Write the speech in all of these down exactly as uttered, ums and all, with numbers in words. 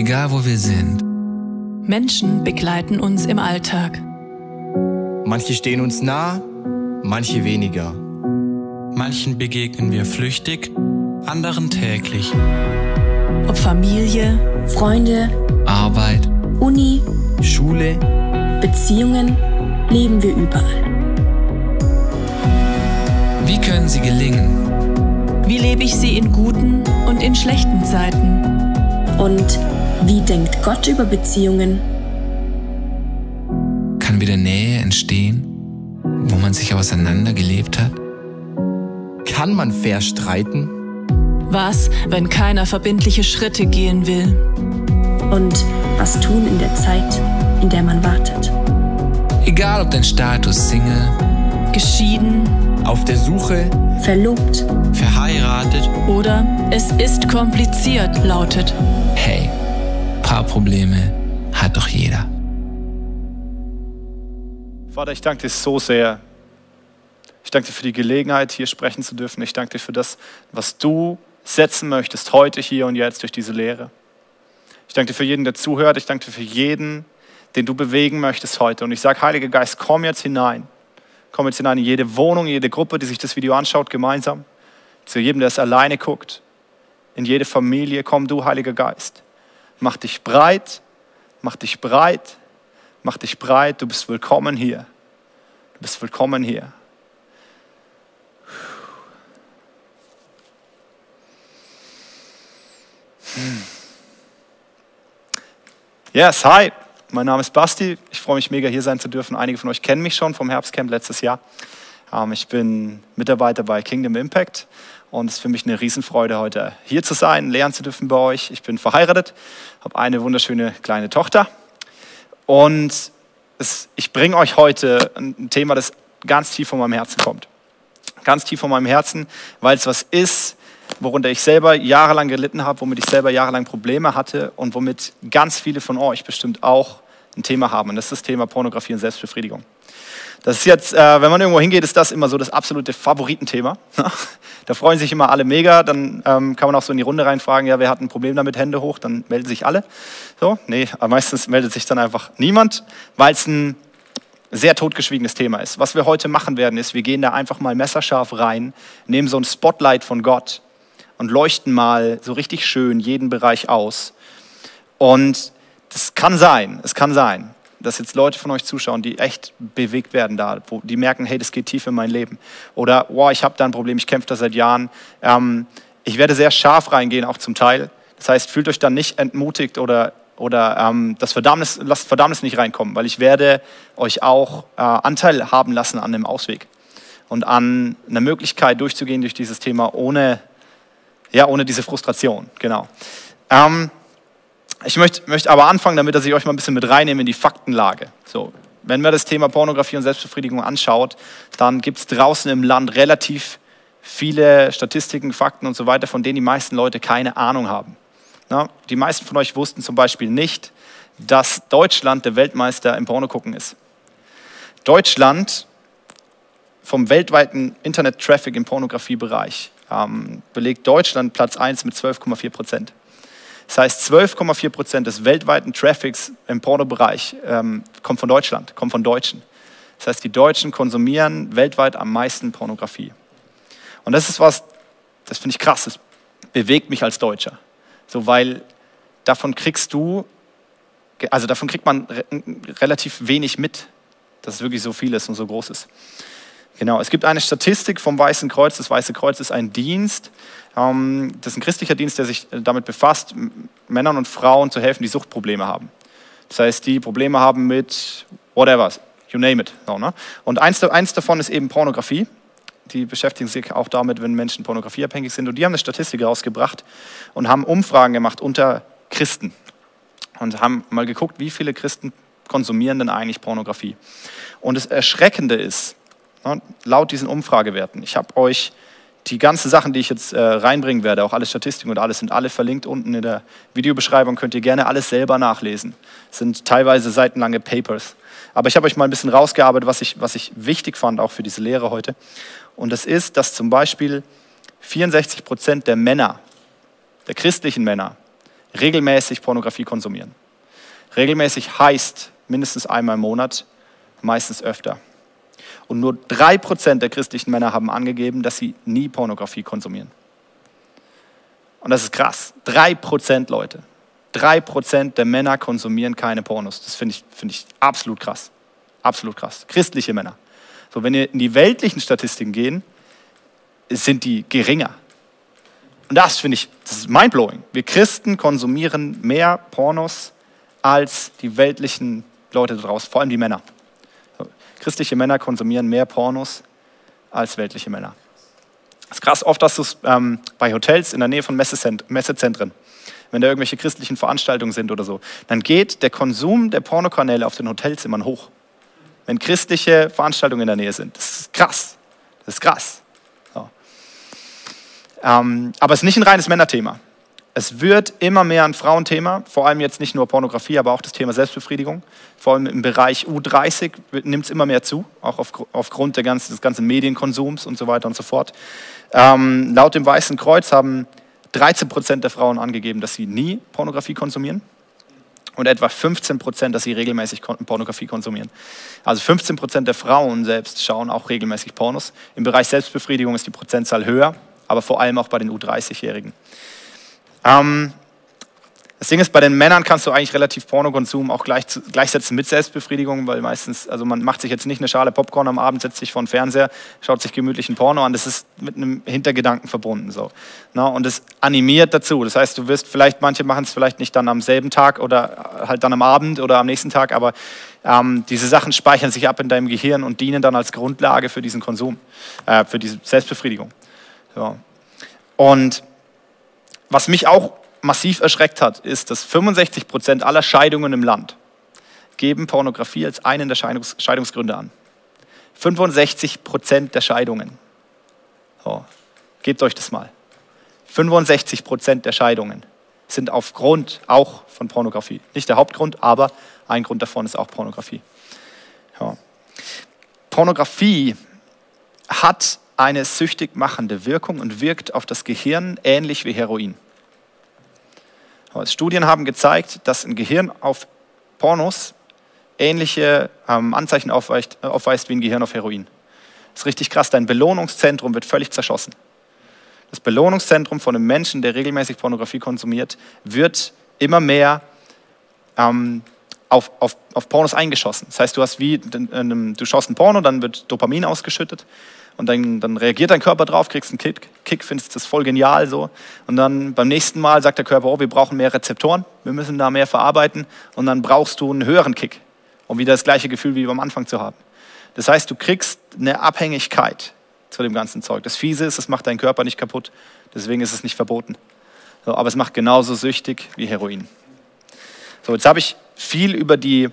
egal wo wir sind. Menschen begleiten uns im Alltag. Manche stehen uns nah, manche weniger. Manchen begegnen wir flüchtig, anderen täglich. Ob Familie, Freunde, Arbeit, Uni, Schule, Beziehungen, leben wir überall. wie können sie gelingen? wie lebe ich sie in guten und in schlechten Zeiten? Und wie denkt Gott über Beziehungen? Kann wieder Nähe entstehen, wo man sich auseinandergelebt hat? kann man fair streiten? Was, wenn keiner verbindliche Schritte gehen will? Und was tun in der Zeit, in der man wartet? Egal ob dein Status Single, Geschieden Auf der Suche? Verlobt, Verheiratet, oder es ist kompliziert lautet. hey, paar Probleme hat doch jeder. Vater, ich danke dir so sehr. Ich danke dir für die Gelegenheit, hier sprechen zu dürfen. Ich danke dir für das, was du setzen möchtest, heute, hier und jetzt durch diese Lehre. Ich danke dir für jeden, der zuhört. Ich danke dir für jeden, den du bewegen möchtest heute. Und ich sage, Heiliger Geist, komm jetzt hinein. Komm jetzt hinein in jede Wohnung, in jede Gruppe, die sich das Video anschaut, gemeinsam. Zu jedem, der es alleine guckt. In jede Familie. Komm du, Heiliger Geist. Mach dich breit. Mach dich breit. Mach dich breit. Du bist willkommen hier. Du bist willkommen hier. Hm. Yes, hi. Mein Name ist Basti. Ich freue mich mega, hier sein zu dürfen. Einige von euch kennen mich schon vom Herbstcamp letztes Jahr. Ähm, ich bin Mitarbeiter bei Kingdom Impact und es ist für mich eine Riesenfreude, heute hier zu sein, lernen zu dürfen bei euch. Ich bin verheiratet, habe eine wunderschöne kleine Tochter und es, ich bringe euch heute ein Thema, das ganz tief von meinem Herzen kommt. Ganz tief von meinem Herzen, weil es was ist, worunter ich selber jahrelang gelitten habe, womit ich selber jahrelang Probleme hatte und womit ganz viele von euch bestimmt auch ein Thema haben. Und das ist das Thema Pornografie und Selbstbefriedigung. Das ist jetzt, äh, wenn man irgendwo hingeht, ist das immer so das absolute Favoritenthema. Da freuen sich immer alle mega. Dann ähm, kann man auch so in die Runde reinfragen, ja, wer hat ein Problem damit, Hände hoch, dann melden sich alle. So, nee, aber meistens meldet sich dann einfach niemand, weil es ein sehr totgeschwiegenes Thema ist. Was wir heute machen werden, ist, wir gehen da einfach mal messerscharf rein, nehmen so ein Spotlight von Gott und leuchten mal so richtig schön jeden Bereich aus. Und das kann sein, es kann sein, dass jetzt Leute von euch zuschauen, die echt bewegt werden da, wo die merken, hey, das geht tief in mein Leben. Oder, wow, ich habe da ein Problem, ich kämpfe da seit Jahren. Ähm, ich werde sehr scharf reingehen, auch zum Teil. Das heißt, fühlt euch dann nicht entmutigt oder, oder ähm, das Verdammnis, lasst Verdammnis nicht reinkommen, weil ich werde euch auch äh, Anteil haben lassen an dem Ausweg und an einer Möglichkeit durchzugehen durch dieses Thema ohne Ja, ohne diese Frustration, genau. Ähm, ich möchte, möchte aber anfangen, damit dass ich euch mal ein bisschen mit reinnehme in die Faktenlage. So, wenn man das Thema Pornografie und Selbstbefriedigung anschaut, dann gibt es draußen im Land relativ viele Statistiken, Fakten und so weiter, von denen die meisten Leute keine Ahnung haben. Na, die meisten von euch wussten zum Beispiel nicht, dass Deutschland der Weltmeister im Pornogucken ist. Deutschland vom weltweiten Internet-Traffic im Pornografiebereich Ähm, belegt Deutschland Platz eins mit zwölf Komma vier Prozent. Das heißt, zwölf Komma vier Prozent des weltweiten Traffics im Pornobereich ähm, kommt von Deutschland, kommt von Deutschen. Das heißt, die Deutschen konsumieren weltweit am meisten Pornografie. Und das ist was, das finde ich krass, das bewegt mich als Deutscher. So, weil davon kriegst du, also davon kriegt man re- relativ wenig mit, dass es wirklich so viel ist und so groß ist. Genau, es gibt eine Statistik vom Weißen Kreuz. Das Weiße Kreuz ist ein Dienst, ähm, das ist ein christlicher Dienst, der sich damit befasst, Männern und Frauen zu helfen, die Suchtprobleme haben. Das heißt, die Probleme haben mit whatever, you name it. So, ne? Und eins, eins davon ist eben Pornografie. Die beschäftigen sich auch damit, wenn Menschen pornografieabhängig sind. Und die haben eine Statistik rausgebracht und haben Umfragen gemacht unter Christen. Und haben mal geguckt, wie viele Christen konsumieren denn eigentlich Pornografie. Und das Erschreckende ist, laut diesen Umfragewerten, ich habe euch die ganzen Sachen, die ich jetzt äh, reinbringen werde, auch alle Statistiken und alles, sind alle verlinkt unten in der Videobeschreibung, könnt ihr gerne alles selber nachlesen. Das sind teilweise seitenlange Papers. Aber ich habe euch mal ein bisschen rausgearbeitet, was ich, was ich wichtig fand, auch für diese Lehre heute. Und das ist, dass zum Beispiel vierundsechzig Prozent der Männer, der christlichen Männer, regelmäßig Pornografie konsumieren. Regelmäßig heißt mindestens einmal im Monat, meistens öfter. Und nur drei Prozent der christlichen Männer haben angegeben, dass sie nie Pornografie konsumieren. Und das ist krass. drei Prozent, Leute. drei Prozent der Männer konsumieren keine Pornos. Das finde ich, finde ich absolut krass. Absolut krass. Christliche Männer. So, wenn wir in die weltlichen Statistiken gehen, sind die geringer. Und das finde ich, das ist mindblowing. Wir Christen konsumieren mehr Pornos als die weltlichen Leute da draußen, vor allem die Männer. So, christliche Männer konsumieren mehr Pornos als weltliche Männer. Das ist krass, oft hast du es ähm, bei Hotels in der Nähe von Messezent- Messezentren, wenn da irgendwelche christlichen Veranstaltungen sind oder so, dann geht der Konsum der Pornokanäle auf den Hotelzimmern hoch. Wenn christliche Veranstaltungen in der Nähe sind. Das ist krass. Das ist krass. So. Ähm, aber es ist nicht ein reines Männerthema. Es wird immer mehr ein Frauenthema, vor allem jetzt nicht nur Pornografie, aber auch das Thema Selbstbefriedigung. Vor allem im Bereich U dreißig nimmt es immer mehr zu, auch auf, aufgrund der ganzen, des ganzen Medienkonsums und so weiter und so fort. Ähm, laut dem Weißen Kreuz haben dreizehn Prozent der Frauen angegeben, dass sie nie Pornografie konsumieren und etwa fünfzehn Prozent, dass sie regelmäßig Pornografie konsumieren. Also fünfzehn Prozent der Frauen selbst schauen auch regelmäßig Pornos. Im Bereich Selbstbefriedigung ist die Prozentzahl höher, aber vor allem auch bei den U dreißig-Jährigen. Ähm, das Ding ist, bei den Männern kannst du eigentlich relativ Pornokonsum auch gleich, gleichsetzen mit Selbstbefriedigung, weil meistens, also man macht sich jetzt nicht eine Schale Popcorn am Abend, setzt sich vor den Fernseher, schaut sich gemütlich ein Porno an, das ist mit einem Hintergedanken verbunden. So. Na, und es animiert dazu, das heißt, du wirst vielleicht, manche machen es vielleicht nicht dann am selben Tag oder halt dann am Abend oder am nächsten Tag, aber ähm, diese Sachen speichern sich ab in deinem Gehirn und dienen dann als Grundlage für diesen Konsum, äh, für diese Selbstbefriedigung. So. Und was mich auch massiv erschreckt hat, ist, dass fünfundsechzig Prozent aller Scheidungen im Land geben Pornografie als einen der Scheidungs- Scheidungsgründe an. fünfundsechzig Prozent der Scheidungen. So, gebt euch das mal. fünfundsechzig Prozent der Scheidungen sind aufgrund auch von Pornografie. Nicht der Hauptgrund, aber ein Grund davon ist auch Pornografie. Ja. Pornografie hat eine süchtig machende Wirkung und wirkt auf das Gehirn ähnlich wie Heroin. Studien haben gezeigt, dass ein Gehirn auf Pornos ähnliche ähm, Anzeichen aufweist, äh, aufweist wie ein Gehirn auf Heroin. Das ist richtig krass, dein Belohnungszentrum wird völlig zerschossen. Das Belohnungszentrum von einem Menschen, der regelmäßig Pornografie konsumiert, wird immer mehr ähm, auf, auf, auf Pornos eingeschossen. Das heißt, du hast wie, du schaust ein Porno, dann wird Dopamin ausgeschüttet und dann, dann reagiert dein Körper drauf, kriegst einen Kick, Kick, findest das voll genial so. Und dann beim nächsten Mal sagt der Körper, oh, wir brauchen mehr Rezeptoren, wir müssen da mehr verarbeiten und dann brauchst du einen höheren Kick, um wieder das gleiche Gefühl wie am Anfang zu haben. Das heißt, du kriegst eine Abhängigkeit zu dem ganzen Zeug. Das Fiese ist, es macht deinen Körper nicht kaputt, deswegen ist es nicht verboten. So, aber es macht genauso süchtig wie Heroin. So, jetzt habe ich viel über die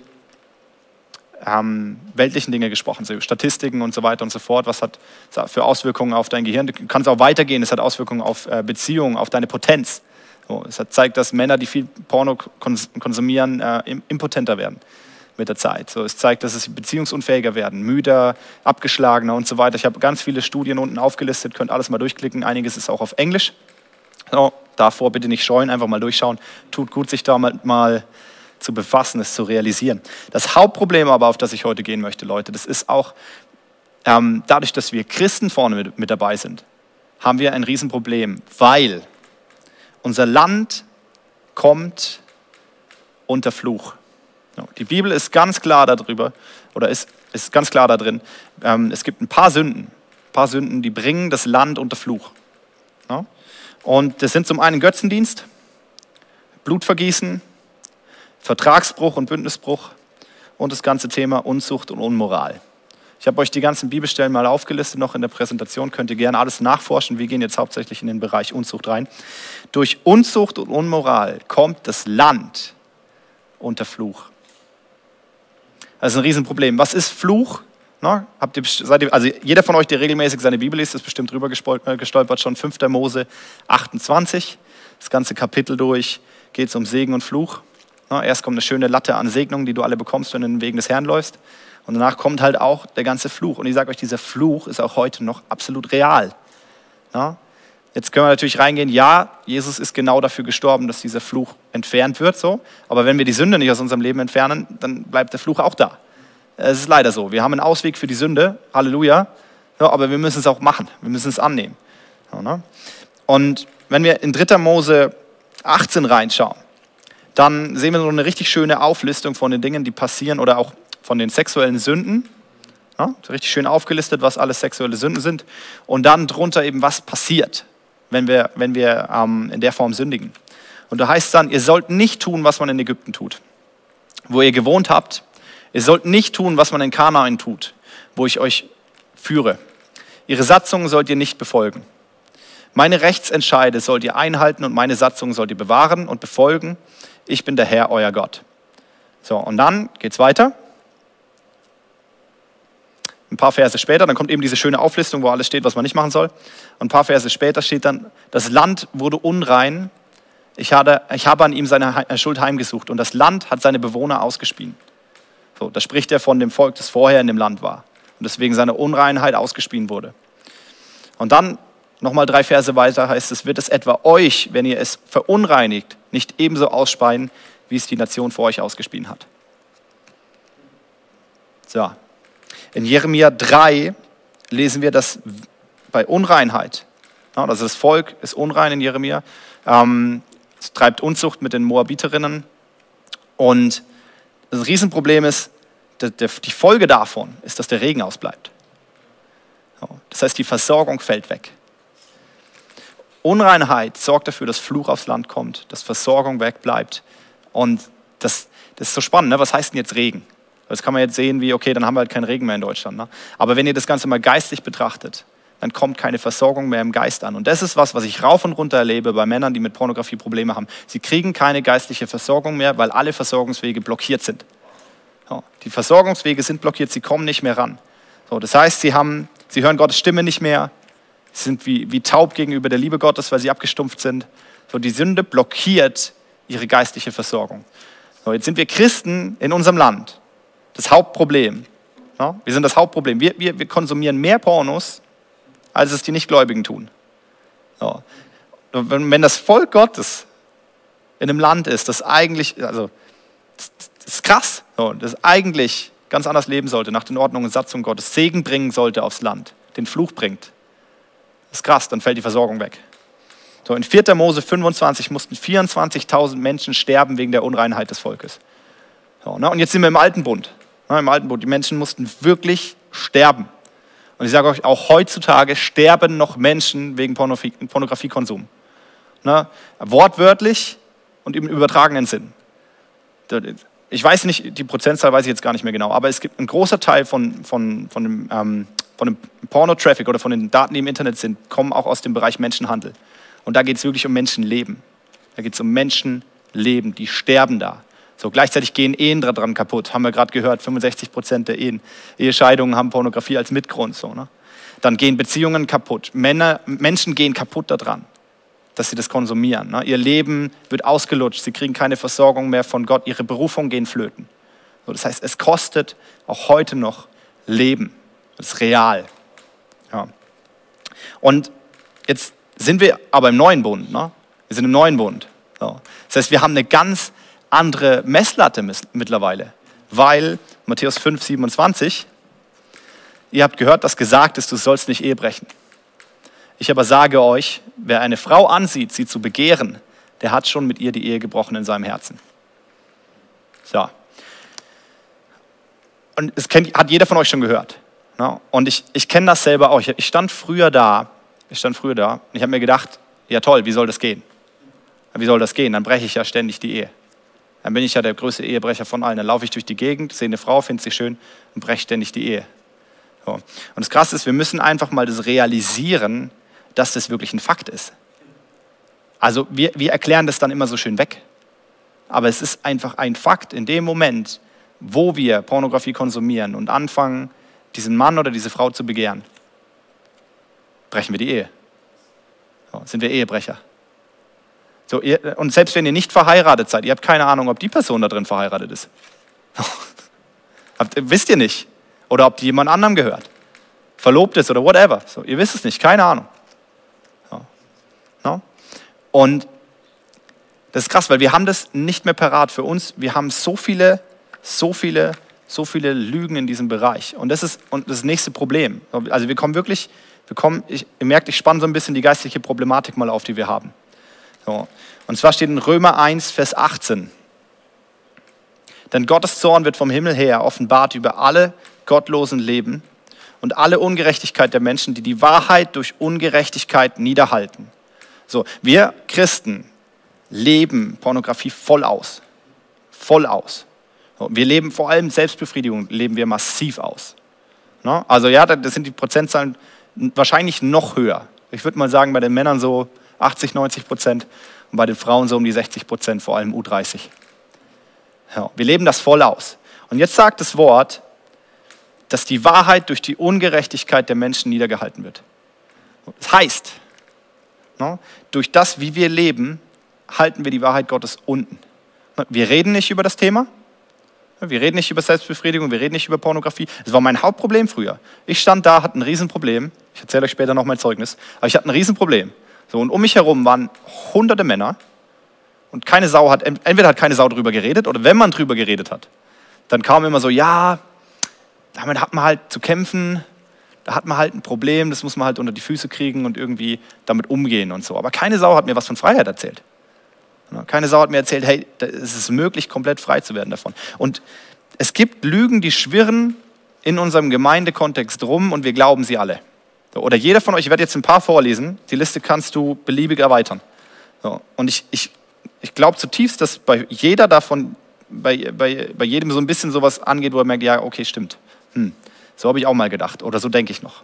ähm, weltlichen Dinge gesprochen, so Statistiken und so weiter und so fort. Was hat für Auswirkungen auf dein Gehirn? Du kannst auch weitergehen, es hat Auswirkungen auf äh, Beziehungen, auf deine Potenz. So, es hat zeigt, dass Männer, die viel Porno kons- konsumieren, äh, impotenter werden mit der Zeit. So, es zeigt, dass sie beziehungsunfähiger werden, müder, abgeschlagener und so weiter. Ich habe ganz viele Studien unten aufgelistet, könnt alles mal durchklicken. Einiges ist auch auf Englisch. So, davor bitte nicht scheuen, einfach mal durchschauen. Tut gut, sich da mal, mal zu befassen, es zu realisieren. Das Hauptproblem aber, auf das ich heute gehen möchte, Leute, das ist auch, ähm, dadurch, dass wir Christen vorne mit, mit dabei sind, haben wir ein Riesenproblem, weil unser Land kommt unter Fluch. Die Bibel ist ganz klar darüber, oder ist, ist ganz klar da drin, ähm, es gibt ein paar Sünden, ein paar Sünden, die bringen das Land unter Fluch. Ja? Und das sind zum einen Götzendienst, Blutvergießen, Vertragsbruch und Bündnisbruch und das ganze Thema Unzucht und Unmoral. Ich habe euch die ganzen Bibelstellen mal aufgelistet, noch in der Präsentation, könnt ihr gerne alles nachforschen. Wir gehen jetzt hauptsächlich in den Bereich Unzucht rein. Durch Unzucht und Unmoral kommt das Land unter Fluch. Das ist ein Riesenproblem. Was ist Fluch? Na, habt ihr, seid ihr, also jeder von euch, der regelmäßig seine Bibel liest, ist bestimmt drüber gestolpert, schon fünfter Mose achtundzwanzig. Das ganze Kapitel durch geht es um Segen und Fluch. Na, erst kommt eine schöne Latte an Segnungen, die du alle bekommst, wenn du in den Wegen des Herrn läufst. Und danach kommt halt auch der ganze Fluch. Und ich sage euch, dieser Fluch ist auch heute noch absolut real. Na? Jetzt können wir natürlich reingehen, ja, Jesus ist genau dafür gestorben, dass dieser Fluch entfernt wird, so. Aber wenn wir die Sünde nicht aus unserem Leben entfernen, dann bleibt der Fluch auch da. Es ist leider so. Wir haben einen Ausweg für die Sünde, Halleluja, ja, aber wir müssen es auch machen, wir müssen es annehmen. Ja, ne? Und wenn wir in dritter Mose achtzehn reinschauen, dann sehen wir so eine richtig schöne Auflistung von den Dingen, die passieren oder auch von den sexuellen Sünden. Ja, so richtig schön aufgelistet, was alles sexuelle Sünden sind. Und dann drunter eben, was passiert, wenn wir, wenn wir ähm, in der Form sündigen. Und da heißt es dann, ihr sollt nicht tun, was man in Ägypten tut, wo ihr gewohnt habt. Ihr sollt nicht tun, was man in Kanaan tut, wo ich euch führe. Ihre Satzungen sollt ihr nicht befolgen. Meine Rechtsentscheide sollt ihr einhalten und meine Satzungen sollt ihr bewahren und befolgen. Ich bin der Herr, euer Gott. So, und dann geht's weiter. Ein paar Verse später, dann kommt eben diese schöne Auflistung, wo alles steht, was man nicht machen soll. Und ein paar Verse später steht dann, das Land wurde unrein. Ich habe, ich habe an ihm seine Schuld heimgesucht und das Land hat seine Bewohner ausgespien. So, da spricht er von dem Volk, das vorher in dem Land war und deswegen seine Unreinheit ausgespien wurde. Und dann nochmal drei Verse weiter heißt es, wird es etwa euch, wenn ihr es verunreinigt, nicht ebenso ausspeien, wie es die Nation vor euch ausgespien hat. So. In Jeremia drei lesen wir, dass bei Unreinheit, also das Volk ist unrein in Jeremia, ähm, es treibt Unzucht mit den Moabiterinnen und das Riesenproblem ist, die Folge davon ist, dass der Regen ausbleibt. Das heißt, die Versorgung fällt weg. Unreinheit sorgt dafür, dass Fluch aufs Land kommt, dass Versorgung wegbleibt. Und das, das ist so spannend, ne? Was heißt denn jetzt Regen? Das kann man jetzt sehen wie, okay, dann haben wir halt keinen Regen mehr in Deutschland. Ne? Aber wenn ihr das Ganze mal geistlich betrachtet, dann kommt keine Versorgung mehr im Geist an. Und das ist was, was ich rauf und runter erlebe bei Männern, die mit Pornografie Probleme haben. Sie kriegen keine geistliche Versorgung mehr, weil alle Versorgungswege blockiert sind. So, die Versorgungswege sind blockiert, sie kommen nicht mehr ran. So, das heißt, sie, haben, sie hören Gottes Stimme nicht mehr, sie sind wie, wie taub gegenüber der Liebe Gottes, weil sie abgestumpft sind. So, die Sünde blockiert ihre geistliche Versorgung. So, jetzt sind wir Christen in unserem Land. Das Hauptproblem. Ja, wir sind das Hauptproblem. Wir, wir, wir konsumieren mehr Pornos, als es die Nichtgläubigen tun. Ja. Wenn, wenn das Volk Gottes in einem Land ist, das eigentlich, also das, das ist krass, so, das eigentlich ganz anders leben sollte, nach den Ordnungen und Satzungen Gottes, Segen bringen sollte aufs Land, den Fluch bringt. Das ist krass, dann fällt die Versorgung weg. So, in vierter Mose fünfundzwanzig mussten vierundzwanzigtausend Menschen sterben wegen der Unreinheit des Volkes. So, ne? Und jetzt sind wir im Alten Bund. Ja, im Alten Bund. Die Menschen mussten wirklich sterben. Und ich sage euch, auch heutzutage sterben noch Menschen wegen Pornografie, Pornografiekonsum. Ne? Wortwörtlich und im übertragenen Sinn. Ich weiß nicht, die Prozentzahl weiß ich jetzt gar nicht mehr genau, aber es gibt einen großen Teil von, von, von dem, ähm, von dem Porno-Traffic oder von den Daten, die im Internet sind, kommen auch aus dem Bereich Menschenhandel. Und da geht es wirklich um Menschenleben. Da geht es um Menschenleben, die sterben da. So, gleichzeitig gehen Ehen daran kaputt, haben wir gerade gehört, fünfundsechzig Prozent der Ehen. Ehescheidungen haben Pornografie als Mitgrund. So, ne? Dann gehen Beziehungen kaputt. Männer, Menschen gehen kaputt daran, dass sie das konsumieren. Ne? Ihr Leben wird ausgelutscht, sie kriegen keine Versorgung mehr von Gott, ihre Berufung gehen flöten. So, das heißt, es kostet auch heute noch Leben. Das ist real. Ja. Und jetzt sind wir aber im neuen Bund. Ne? Wir sind im neuen Bund. So. Das heißt, wir haben eine ganz andere Messlatte mittlerweile, weil Matthäus fünf, siebenundzwanzig, ihr habt gehört, dass gesagt ist, du sollst nicht Ehe brechen. Ich aber sage euch, wer eine Frau ansieht, sie zu begehren, der hat schon mit ihr die Ehe gebrochen in seinem Herzen. So. Und es kennt, hat jeder von euch schon gehört. Ne? Und ich, ich kenne das selber auch. Ich stand früher da, ich stand früher da und ich habe mir gedacht, ja toll, wie soll das gehen? Wie soll das gehen? Dann breche ich ja ständig die Ehe. Dann bin ich ja der größte Ehebrecher von allen. Dann laufe ich durch die Gegend, sehe eine Frau, finde sie schön und breche ständig die Ehe. So. Und das Krasse ist, wir müssen einfach mal das realisieren, dass das wirklich ein Fakt ist. Also wir, wir erklären das dann immer so schön weg. Aber es ist einfach ein Fakt. In dem Moment, wo wir Pornografie konsumieren und anfangen, diesen Mann oder diese Frau zu begehren, brechen wir die Ehe. So, sind wir Ehebrecher. So, ihr, und selbst wenn ihr nicht verheiratet seid, ihr habt keine Ahnung, ob die Person da drin verheiratet ist. Wisst ihr nicht. Oder ob die jemand anderem gehört. Verlobt ist oder whatever. So, ihr wisst es nicht, keine Ahnung. So. Und das ist krass, weil wir haben das nicht mehr parat für uns. Wir haben so viele, so viele, so viele Lügen in diesem Bereich. Und das ist und das nächste Problem. Also wir kommen wirklich, wir kommen, ich, ihr merkt, ich spanne so ein bisschen die geistliche Problematik mal auf, die wir haben. So. Und zwar steht in Römer eins, Vers achtzehn. Denn Gottes Zorn wird vom Himmel her offenbart über alle gottlosen Leben und alle Ungerechtigkeit der Menschen, die die Wahrheit durch Ungerechtigkeit niederhalten. So, wir Christen leben Pornografie voll aus. Voll aus. So, wir leben vor allem Selbstbefriedigung, leben wir massiv aus. No? Also ja, das sind die Prozentzahlen wahrscheinlich noch höher. Ich würde mal sagen, bei den Männern so achtzig, neunzig Prozent und bei den Frauen so um die sechzig Prozent, vor allem U dreißig. Ja, wir leben das voll aus. Und jetzt sagt das Wort, dass die Wahrheit durch die Ungerechtigkeit der Menschen niedergehalten wird. Das heißt, no, durch das, wie wir leben, halten wir die Wahrheit Gottes unten. Wir reden nicht über das Thema, wir reden nicht über Selbstbefriedigung, wir reden nicht über Pornografie. Das war mein Hauptproblem früher. Ich stand da, hatte ein Riesenproblem. Ich erzähle euch später noch mein Zeugnis. Aber ich hatte ein Riesenproblem. So, und um mich herum waren hunderte Männer und keine Sau hat, entweder hat keine Sau drüber geredet oder wenn man drüber geredet hat, dann kam immer so, ja, damit hat man halt zu kämpfen, da hat man halt ein Problem, das muss man halt unter die Füße kriegen und irgendwie damit umgehen und so. Aber keine Sau hat mir was von Freiheit erzählt. Keine Sau hat mir erzählt, hey, es ist möglich, komplett frei zu werden davon. Und es gibt Lügen, die schwirren in unserem Gemeindekontext rum und wir glauben sie alle. Oder jeder von euch, ich werde jetzt ein paar vorlesen, die Liste kannst du beliebig erweitern. So, und ich, ich, ich glaube zutiefst, dass bei jeder davon, bei, bei, bei jedem so ein bisschen sowas angeht, wo er merkt, ja, okay, stimmt. Hm, so habe ich auch mal gedacht oder so denke ich noch.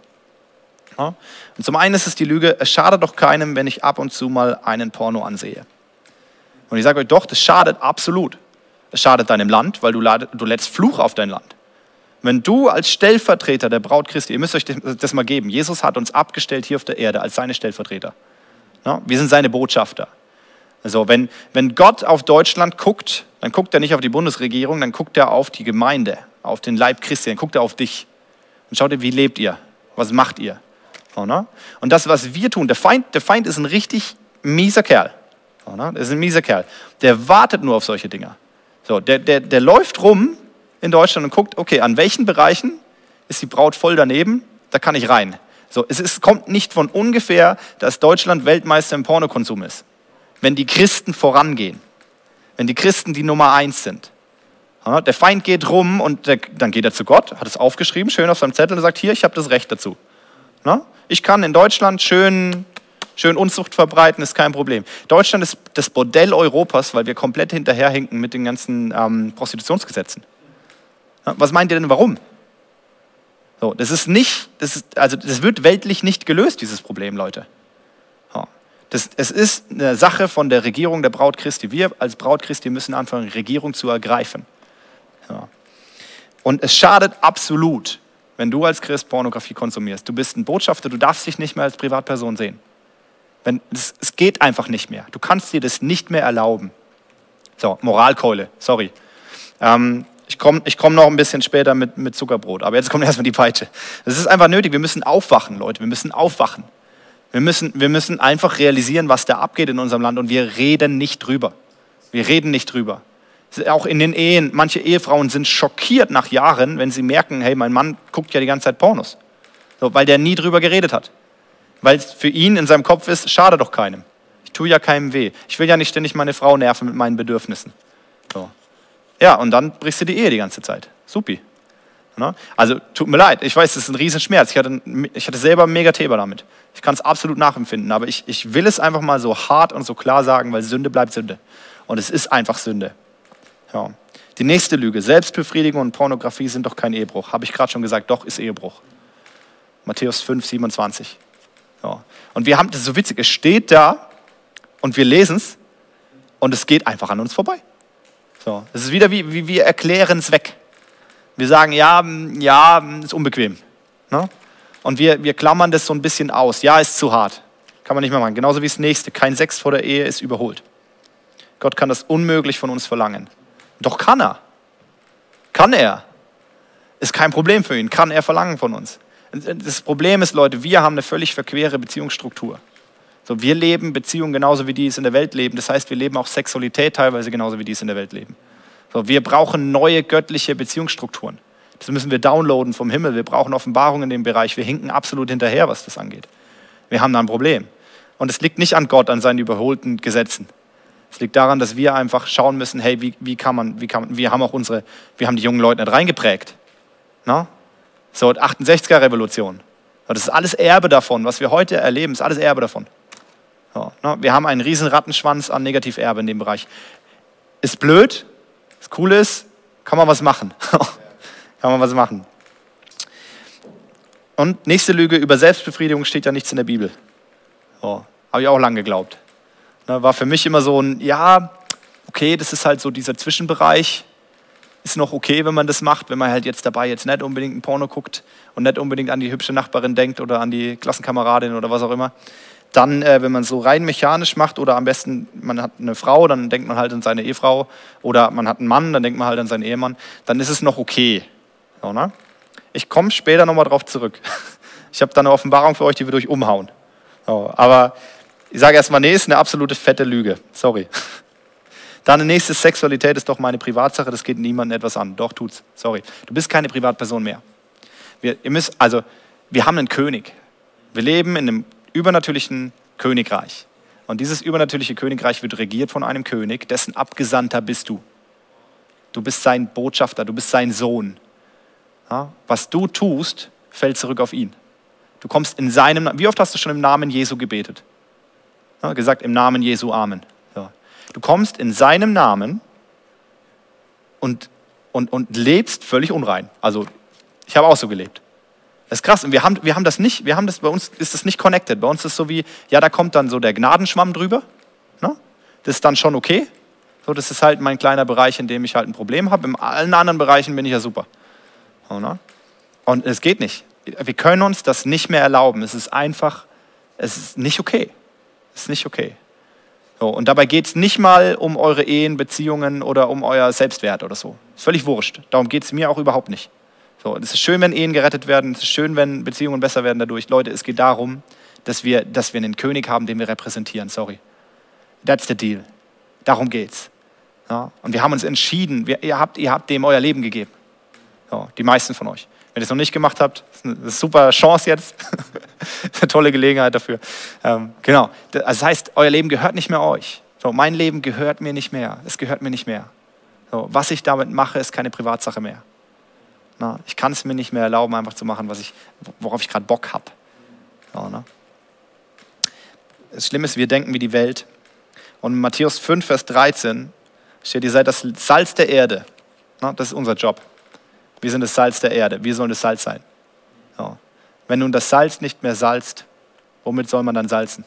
Ja? Und zum einen ist es die Lüge, es schadet doch keinem, wenn ich ab und zu mal einen Porno ansehe. Und ich sage euch doch, das schadet absolut. Es schadet deinem Land, weil du, lad, du lädst Fluch auf dein Land. Wenn du als Stellvertreter der Braut Christi, ihr müsst euch das mal geben, Jesus hat uns abgestellt hier auf der Erde als seine Stellvertreter. Ja, wir sind seine Botschafter. Also wenn, wenn Gott auf Deutschland guckt, dann guckt er nicht auf die Bundesregierung, dann guckt er auf die Gemeinde, auf den Leib Christi, dann guckt er auf dich. Und schaut ihr, wie lebt ihr? Was macht ihr? Und das, was wir tun, der Feind, der Feind ist ein richtig mieser Kerl. Das ist ein mieser Kerl. Der wartet nur auf solche Dinger. So, der, der, der läuft rum in Deutschland und guckt, okay, an welchen Bereichen ist die Braut voll daneben, da kann ich rein. So, es ist, kommt nicht von ungefähr, dass Deutschland Weltmeister im Pornokonsum ist. Wenn die Christen vorangehen, wenn die Christen die Nummer eins sind. Ja, der Feind geht rum und der, dann geht er zu Gott, hat es aufgeschrieben, schön auf seinem Zettel und sagt, hier, ich habe das Recht dazu. Ja, ich kann in Deutschland schön... Schön Unzucht verbreiten, ist kein Problem. Deutschland ist das Bordell Europas, weil wir komplett hinterherhinken mit den ganzen ähm, Prostitutionsgesetzen. Ja, was meint ihr denn, warum? So, das ist nicht, das ist, also das wird weltlich nicht gelöst, dieses Problem, Leute. Ja, das, es ist eine Sache von der Regierung der Braut Christi. Wir als Braut Christi müssen anfangen, Regierung zu ergreifen. Ja. Und es schadet absolut, wenn du als Christ Pornografie konsumierst. Du bist ein Botschafter, du darfst dich nicht mehr als Privatperson sehen. Wenn, es, es geht einfach nicht mehr. Du kannst dir das nicht mehr erlauben. So, Moralkeule, sorry. Ähm, ich komme ich komm noch ein bisschen später mit, mit Zuckerbrot, aber jetzt kommt erstmal die Peitsche. Es ist einfach nötig, wir müssen aufwachen, Leute, wir müssen aufwachen. Wir müssen, wir müssen einfach realisieren, was da abgeht in unserem Land und wir reden nicht drüber. Wir reden nicht drüber. Auch in den Ehen, manche Ehefrauen sind schockiert nach Jahren, wenn sie merken, hey, mein Mann guckt ja die ganze Zeit Pornos. So, weil der nie drüber geredet hat. Weil es für ihn in seinem Kopf ist, schade doch keinem. Ich tue ja keinem weh. Ich will ja nicht ständig meine Frau nerven mit meinen Bedürfnissen. So. Ja, und dann brichst du die Ehe die ganze Zeit. Supi. Also tut mir leid, ich weiß, das ist ein Riesenschmerz. Ich hatte, ich hatte selber ein mega Thema damit. Ich kann es absolut nachempfinden, aber ich, ich will es einfach mal so hart und so klar sagen, weil Sünde bleibt Sünde. Und es ist einfach Sünde. Ja. Die nächste Lüge, Selbstbefriedigung und Pornografie sind doch kein Ehebruch. Habe ich gerade schon gesagt, doch ist Ehebruch. Matthäus fünf, siebenundzwanzig. Ja. Und wir haben, das ist so witzig, es steht da und wir lesen es und es geht einfach an uns vorbei. So. Es ist wieder wie, wie wir erklären es weg. Wir sagen, ja, ja, ist unbequem. Ne? Und wir, wir klammern das so ein bisschen aus. Ja, ist zu hart. Kann man nicht mehr machen. Genauso wie das nächste. Kein Sex vor der Ehe ist überholt. Gott kann das unmöglich von uns verlangen. Doch kann er. Kann er. Ist kein Problem für ihn. Kann er verlangen von uns. Das Problem ist, Leute, wir haben eine völlig verquere Beziehungsstruktur. So, wir leben Beziehungen genauso, wie die es in der Welt leben. Das heißt, wir leben auch Sexualität teilweise genauso, wie die es in der Welt leben. So, wir brauchen neue göttliche Beziehungsstrukturen. Das müssen wir downloaden vom Himmel. Wir brauchen Offenbarung in dem Bereich. Wir hinken absolut hinterher, was das angeht. Wir haben da ein Problem. Und es liegt nicht an Gott, an seinen überholten Gesetzen. Es liegt daran, dass wir einfach schauen müssen, hey, wie, wie kann man, wie kann man, wir haben auch unsere, wir haben die jungen Leute nicht reingeprägt. No? So, achtundsechziger-Revolution. Das ist alles Erbe davon, was wir heute erleben, ist alles Erbe davon. So, no? Wir haben einen riesen Rattenschwanz an Negativerbe in dem Bereich. Ist blöd, das Coole ist, kann man was machen. kann man was machen. Und nächste Lüge, über Selbstbefriedigung steht ja nichts in der Bibel. So, habe ich auch lange geglaubt. War für mich immer so ein, ja, okay, das ist halt so dieser Zwischenbereich. Ist noch okay, wenn man das macht, wenn man halt jetzt dabei jetzt nicht unbedingt ein Porno guckt und nicht unbedingt an die hübsche Nachbarin denkt oder an die Klassenkameradin oder was auch immer. Dann, äh, wenn man so rein mechanisch macht oder am besten, man hat eine Frau, dann denkt man halt an seine Ehefrau oder man hat einen Mann, dann denkt man halt an seinen Ehemann, dann ist es noch okay. So, ne? Ich komme später nochmal drauf zurück. Ich habe da eine Offenbarung für euch, die wir durch umhauen. So, aber ich sage erstmal, nee, ist eine absolute fette Lüge. Sorry. Dann eine nächste, Sexualität ist doch meine Privatsache, das geht niemandem etwas an. Doch, tut's. Sorry. Du bist keine Privatperson mehr. Wir, ihr müsst, also, wir haben einen König. Wir leben in einem übernatürlichen Königreich. Und dieses übernatürliche Königreich wird regiert von einem König, dessen Abgesandter bist du. Du bist sein Botschafter, du bist sein Sohn. Ja? Was du tust, fällt zurück auf ihn. Du kommst in seinem Namen. Wie oft hast du schon im Namen Jesu gebetet? Ja, gesagt, im Namen Jesu, Amen. Ja. Du kommst in seinem Namen und, und, und lebst völlig unrein. Also, ich habe auch so gelebt. Das ist krass. Und wir haben, wir haben das nicht, wir haben das, bei uns ist das nicht connected. Bei uns ist es so wie, ja, da kommt dann so der Gnadenschwamm drüber. Ne? Das ist dann schon okay. So, das ist halt mein kleiner Bereich, in dem ich halt ein Problem habe. In allen anderen Bereichen bin ich ja super. So, ne? Und es geht nicht. Wir können uns das nicht mehr erlauben. Es ist einfach, es ist nicht okay. Es ist nicht okay. So, und dabei geht es nicht mal um eure Ehen, Beziehungen oder um euer Selbstwert oder so. Ist völlig wurscht. Darum geht es mir auch überhaupt nicht. So, es ist schön, wenn Ehen gerettet werden. Es ist schön, wenn Beziehungen besser werden dadurch. Leute, es geht darum, dass wir, dass wir einen König haben, den wir repräsentieren. Sorry. That's the deal. Darum geht's. Ja, und wir haben uns entschieden, wir, ihr, habt, ihr habt dem euer Leben gegeben. So, die meisten von euch. Wenn ihr es noch nicht gemacht habt, ist eine, eine super Chance jetzt. ist eine tolle Gelegenheit dafür. Ähm, genau. Das heißt, euer Leben gehört nicht mehr euch. So, mein Leben gehört mir nicht mehr. Es gehört mir nicht mehr. So, was ich damit mache, ist keine Privatsache mehr. Na, ich kann es mir nicht mehr erlauben, einfach zu machen, was ich, worauf ich gerade Bock habe. So, ne? Das Schlimme ist, wir denken wie die Welt. Und in Matthäus fünf, Vers dreizehn steht, ihr seid das Salz der Erde. Na, das ist unser Job. Wir sind das Salz der Erde. Wir sollen das Salz sein. So. Wenn nun das Salz nicht mehr salzt, womit soll man dann salzen?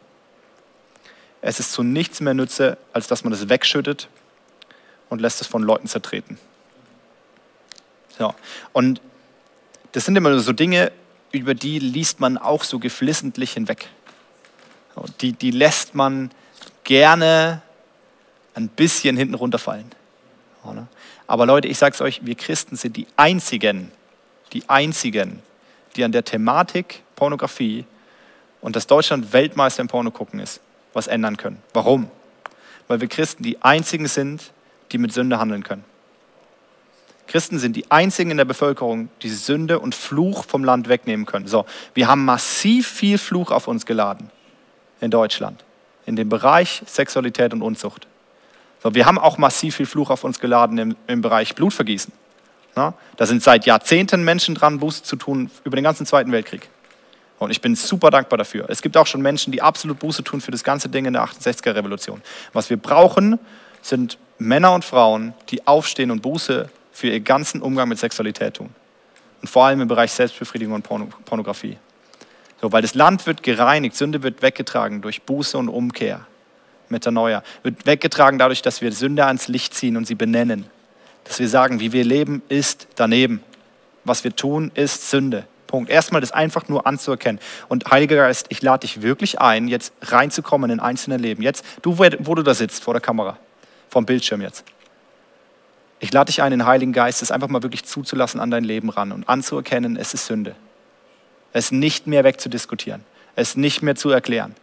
Es ist zu nichts mehr Nütze, als dass man es wegschüttet und lässt es von Leuten zertreten. So. Und das sind immer so Dinge, über die liest man auch so geflissentlich hinweg. So, die, die lässt man gerne ein bisschen hinten runterfallen. So, ne? Aber Leute, ich sage es euch, wir Christen sind die Einzigen, die Einzigen, die an der Thematik Pornografie und dass Deutschland Weltmeister im Porno gucken ist, was ändern können. Warum? Weil wir Christen die Einzigen sind, die mit Sünde handeln können. Christen sind die Einzigen in der Bevölkerung, die Sünde und Fluch vom Land wegnehmen können. So, wir haben massiv viel Fluch auf uns geladen in Deutschland, in dem Bereich Sexualität und Unzucht. So, wir haben auch massiv viel Fluch auf uns geladen im, im Bereich Blutvergießen. Na, da sind seit Jahrzehnten Menschen dran, Buße zu tun über den ganzen Zweiten Weltkrieg. Und ich bin super dankbar dafür. Es gibt auch schon Menschen, die absolut Buße tun für das ganze Ding in der achtundsechziger-Revolution. Was wir brauchen, sind Männer und Frauen, die aufstehen und Buße für ihren ganzen Umgang mit Sexualität tun. Und vor allem im Bereich Selbstbefriedigung und Porno- Pornografie. So, weil das Land wird gereinigt, Sünde wird weggetragen durch Buße und Umkehr. Metanoia. Wird weggetragen dadurch, dass wir Sünde ans Licht ziehen und sie benennen. Dass wir sagen, wie wir leben, ist daneben. Was wir tun, ist Sünde. Punkt. Erstmal das einfach nur anzuerkennen. Und Heiliger Geist, ich lade dich wirklich ein, jetzt reinzukommen in einzelne Leben. Jetzt, du, wo du da sitzt, vor der Kamera, vor dem Bildschirm jetzt. Ich lade dich ein, den Heiligen Geist, es einfach mal wirklich zuzulassen an dein Leben ran und anzuerkennen, es ist Sünde. Es nicht mehr wegzudiskutieren. Es nicht mehr zu erklären.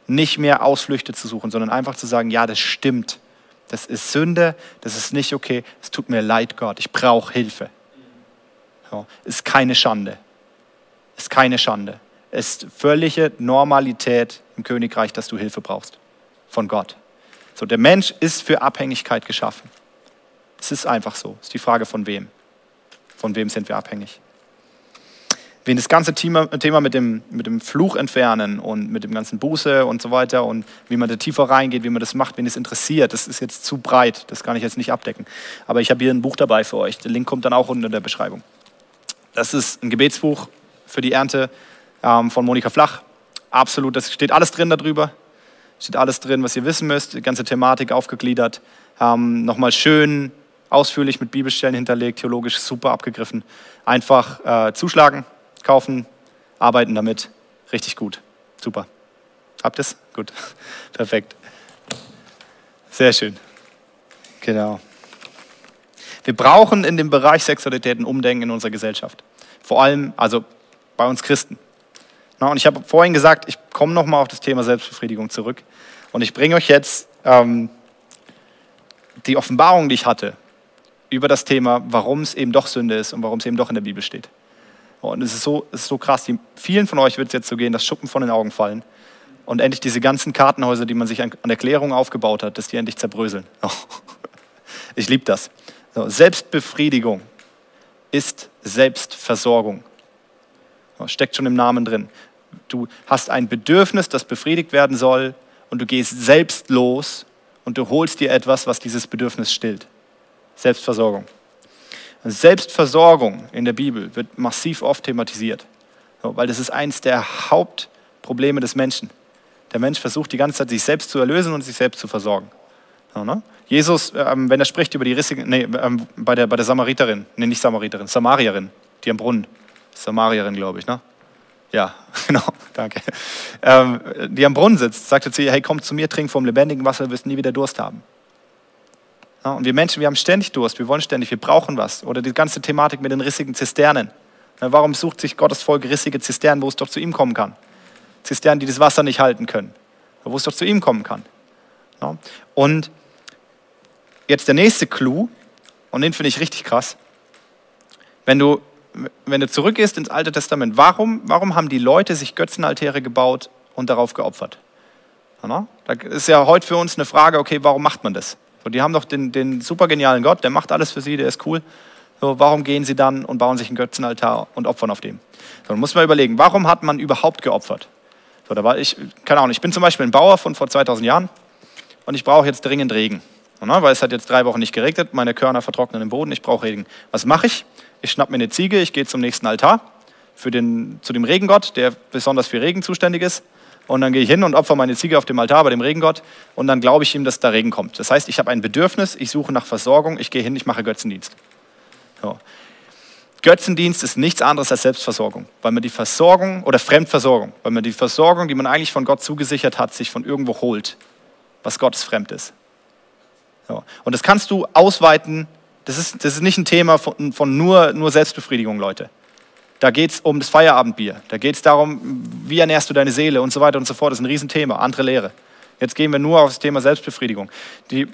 nicht mehr Ausflüchte zu suchen, sondern einfach zu sagen, ja, das stimmt. Das ist Sünde, das ist nicht okay, es tut mir leid, Gott, ich brauche Hilfe. So, ist keine Schande. Ist keine Schande. Ist völlige Normalität im Königreich, dass du Hilfe brauchst von Gott. So, der Mensch ist für Abhängigkeit geschaffen. Es ist einfach so. Es ist die Frage von wem. Von wem sind wir abhängig? Wenn das ganze Thema, Thema mit, dem, mit dem Fluch entfernen und mit dem ganzen Buße und so weiter und wie man da tiefer reingeht, wie man das macht, wen es interessiert, das ist jetzt zu breit, das kann ich jetzt nicht abdecken. Aber ich habe hier ein Buch dabei für euch, der Link kommt dann auch unten in der Beschreibung. Das ist ein Gebetsbuch für die Ernte ähm, von Monika Flach. Absolut, das steht alles drin darüber. Steht alles drin, was ihr wissen müsst, die ganze Thematik aufgegliedert. Ähm, nochmal schön ausführlich mit Bibelstellen hinterlegt, theologisch super abgegriffen. Einfach äh, zuschlagen, kaufen, arbeiten damit. Richtig gut. Super. Habt ihr es? Gut. Perfekt. Sehr schön. Genau. Wir brauchen in dem Bereich Sexualität ein Umdenken in unserer Gesellschaft. Vor allem, also bei uns Christen. Na, und ich habe vorhin gesagt, ich komme nochmal auf das Thema Selbstbefriedigung zurück. Und ich bringe euch jetzt ähm, die Offenbarung, die ich hatte, über das Thema, warum es eben doch Sünde ist und warum es eben doch in der Bibel steht. Und es ist so, es ist so krass, die, vielen von euch wird es jetzt so gehen, dass Schuppen von den Augen fallen und endlich diese ganzen Kartenhäuser, die man sich an, an Erklärung aufgebaut hat, dass die endlich zerbröseln. Oh. Ich liebe das. So, Selbstbefriedigung ist Selbstversorgung. Oh, steckt schon im Namen drin. Du hast ein Bedürfnis, das befriedigt werden soll und du gehst selbst los und du holst dir etwas, was dieses Bedürfnis stillt. Selbstversorgung. Selbstversorgung in der Bibel wird massiv oft thematisiert, weil das ist eines der Hauptprobleme des Menschen. Der Mensch versucht die ganze Zeit, sich selbst zu erlösen und sich selbst zu versorgen. Ja, ne? Jesus, ähm, wenn er spricht über die rissigen, nee, ähm, bei, der, bei der Samariterin, nee, nicht Samariterin, Samarierin, die am Brunnen, Samarierin, glaube ich, ne? Ja, genau, danke. Ähm, die am Brunnen sitzt, sagt er zu ihr, hey, komm zu mir, trink vom lebendigen Wasser, du wirst nie wieder Durst haben. Ja, und wir Menschen, wir haben ständig Durst, wir wollen ständig, wir brauchen was. Oder die ganze Thematik mit den rissigen Zisternen. Ja, warum sucht sich Gottes Volk rissige Zisternen, wo es doch zu ihm kommen kann? Zisternen, die das Wasser nicht halten können, wo es doch zu ihm kommen kann. Ja, und jetzt der nächste Clou, und den finde ich richtig krass. Wenn du, wenn du zurückgehst ins Alte Testament, warum, warum haben die Leute sich Götzenaltäre gebaut und darauf geopfert? Ja, da ist ja heute für uns eine Frage, okay, warum macht man das? So, die haben doch den, den super genialen Gott, der macht alles für sie, der ist cool. So, warum gehen sie dann und bauen sich einen Götzenaltar und opfern auf dem? So, dann muss man überlegen, warum hat man überhaupt geopfert? So, da war ich, keine Ahnung, ich bin zum Beispiel ein Bauer von vor zweitausend Jahren und ich brauche jetzt dringend Regen. Na, weil es hat jetzt drei Wochen nicht geregnet, meine Körner vertrocknen im Boden, ich brauche Regen. Was mache ich? Ich schnapp mir eine Ziege, ich gehe zum nächsten Altar, für den, zu dem Regengott, der besonders für Regen zuständig ist. Und dann gehe ich hin und opfer meine Ziege auf dem Altar bei dem Regengott und dann glaube ich ihm, dass da Regen kommt. Das heißt, ich habe ein Bedürfnis, ich suche nach Versorgung, ich gehe hin, ich mache Götzendienst. So. Götzendienst ist nichts anderes als Selbstversorgung, weil man die Versorgung oder Fremdversorgung, weil man die Versorgung, die man eigentlich von Gott zugesichert hat, sich von irgendwo holt, was Gottes fremd ist. So. Und das kannst du ausweiten, das ist, das ist nicht ein Thema von, von nur, nur Selbstbefriedigung, Leute. Da geht es um das Feierabendbier, da geht es darum, wie ernährst du deine Seele und so weiter und so fort. Das ist ein Riesenthema, andere Lehre. Jetzt gehen wir nur auf das Thema Selbstbefriedigung. Die,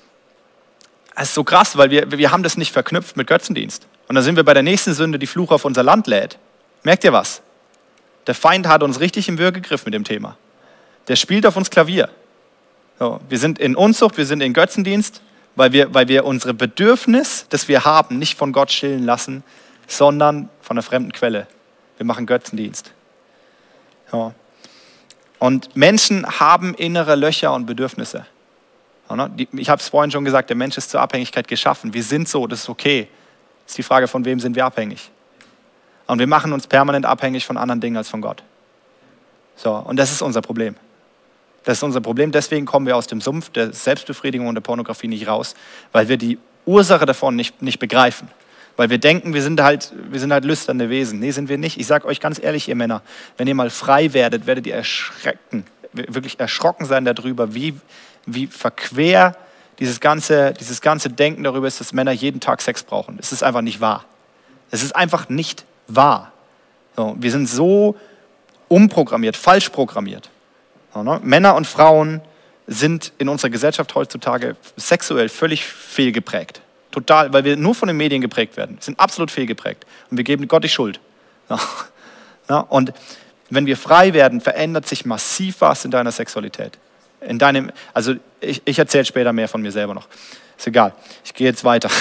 das ist so krass, weil wir, wir haben das nicht verknüpft mit Götzendienst. Und dann sind wir bei der nächsten Sünde, die Fluch auf unser Land lädt. Merkt ihr was? Der Feind hat uns richtig im Würgegriff mit dem Thema. Der spielt auf uns Klavier. So, wir sind in Unzucht, wir sind in Götzendienst, weil wir, weil wir unsere Bedürfnis, das wir haben, nicht von Gott stillen lassen, sondern von einer fremden Quelle. Wir machen Götzendienst. Ja. Und Menschen haben innere Löcher und Bedürfnisse. Ich habe es vorhin schon gesagt, der Mensch ist zur Abhängigkeit geschaffen. Wir sind so, das ist okay. Das ist die Frage, von wem sind wir abhängig? Und wir machen uns permanent abhängig von anderen Dingen als von Gott. So, und das ist unser Problem. Das ist unser Problem. Deswegen kommen wir aus dem Sumpf der Selbstbefriedigung und der Pornografie nicht raus, weil wir die Ursache davon nicht, nicht begreifen. Weil wir denken, wir sind halt, wir sind halt lüsterne Wesen. Nee, sind wir nicht. Ich sage euch ganz ehrlich, ihr Männer, wenn ihr mal frei werdet, werdet ihr erschrecken, wirklich erschrocken sein darüber, wie, wie verquer dieses ganze, dieses ganze Denken darüber ist, dass Männer jeden Tag Sex brauchen. Es ist einfach nicht wahr. Es ist einfach nicht wahr. So, wir sind so umprogrammiert, falsch programmiert. Ja, ne? Männer und Frauen sind in unserer Gesellschaft heutzutage sexuell völlig fehlgeprägt. Total, weil wir nur von den Medien geprägt werden. Wir sind absolut fehlgeprägt. Und wir geben Gott die Schuld. Ja. Ja, und wenn wir frei werden, verändert sich massiv was in deiner Sexualität. In deinem, also ich, ich erzähle später mehr von mir selber noch. Ist egal. Ich gehe jetzt weiter.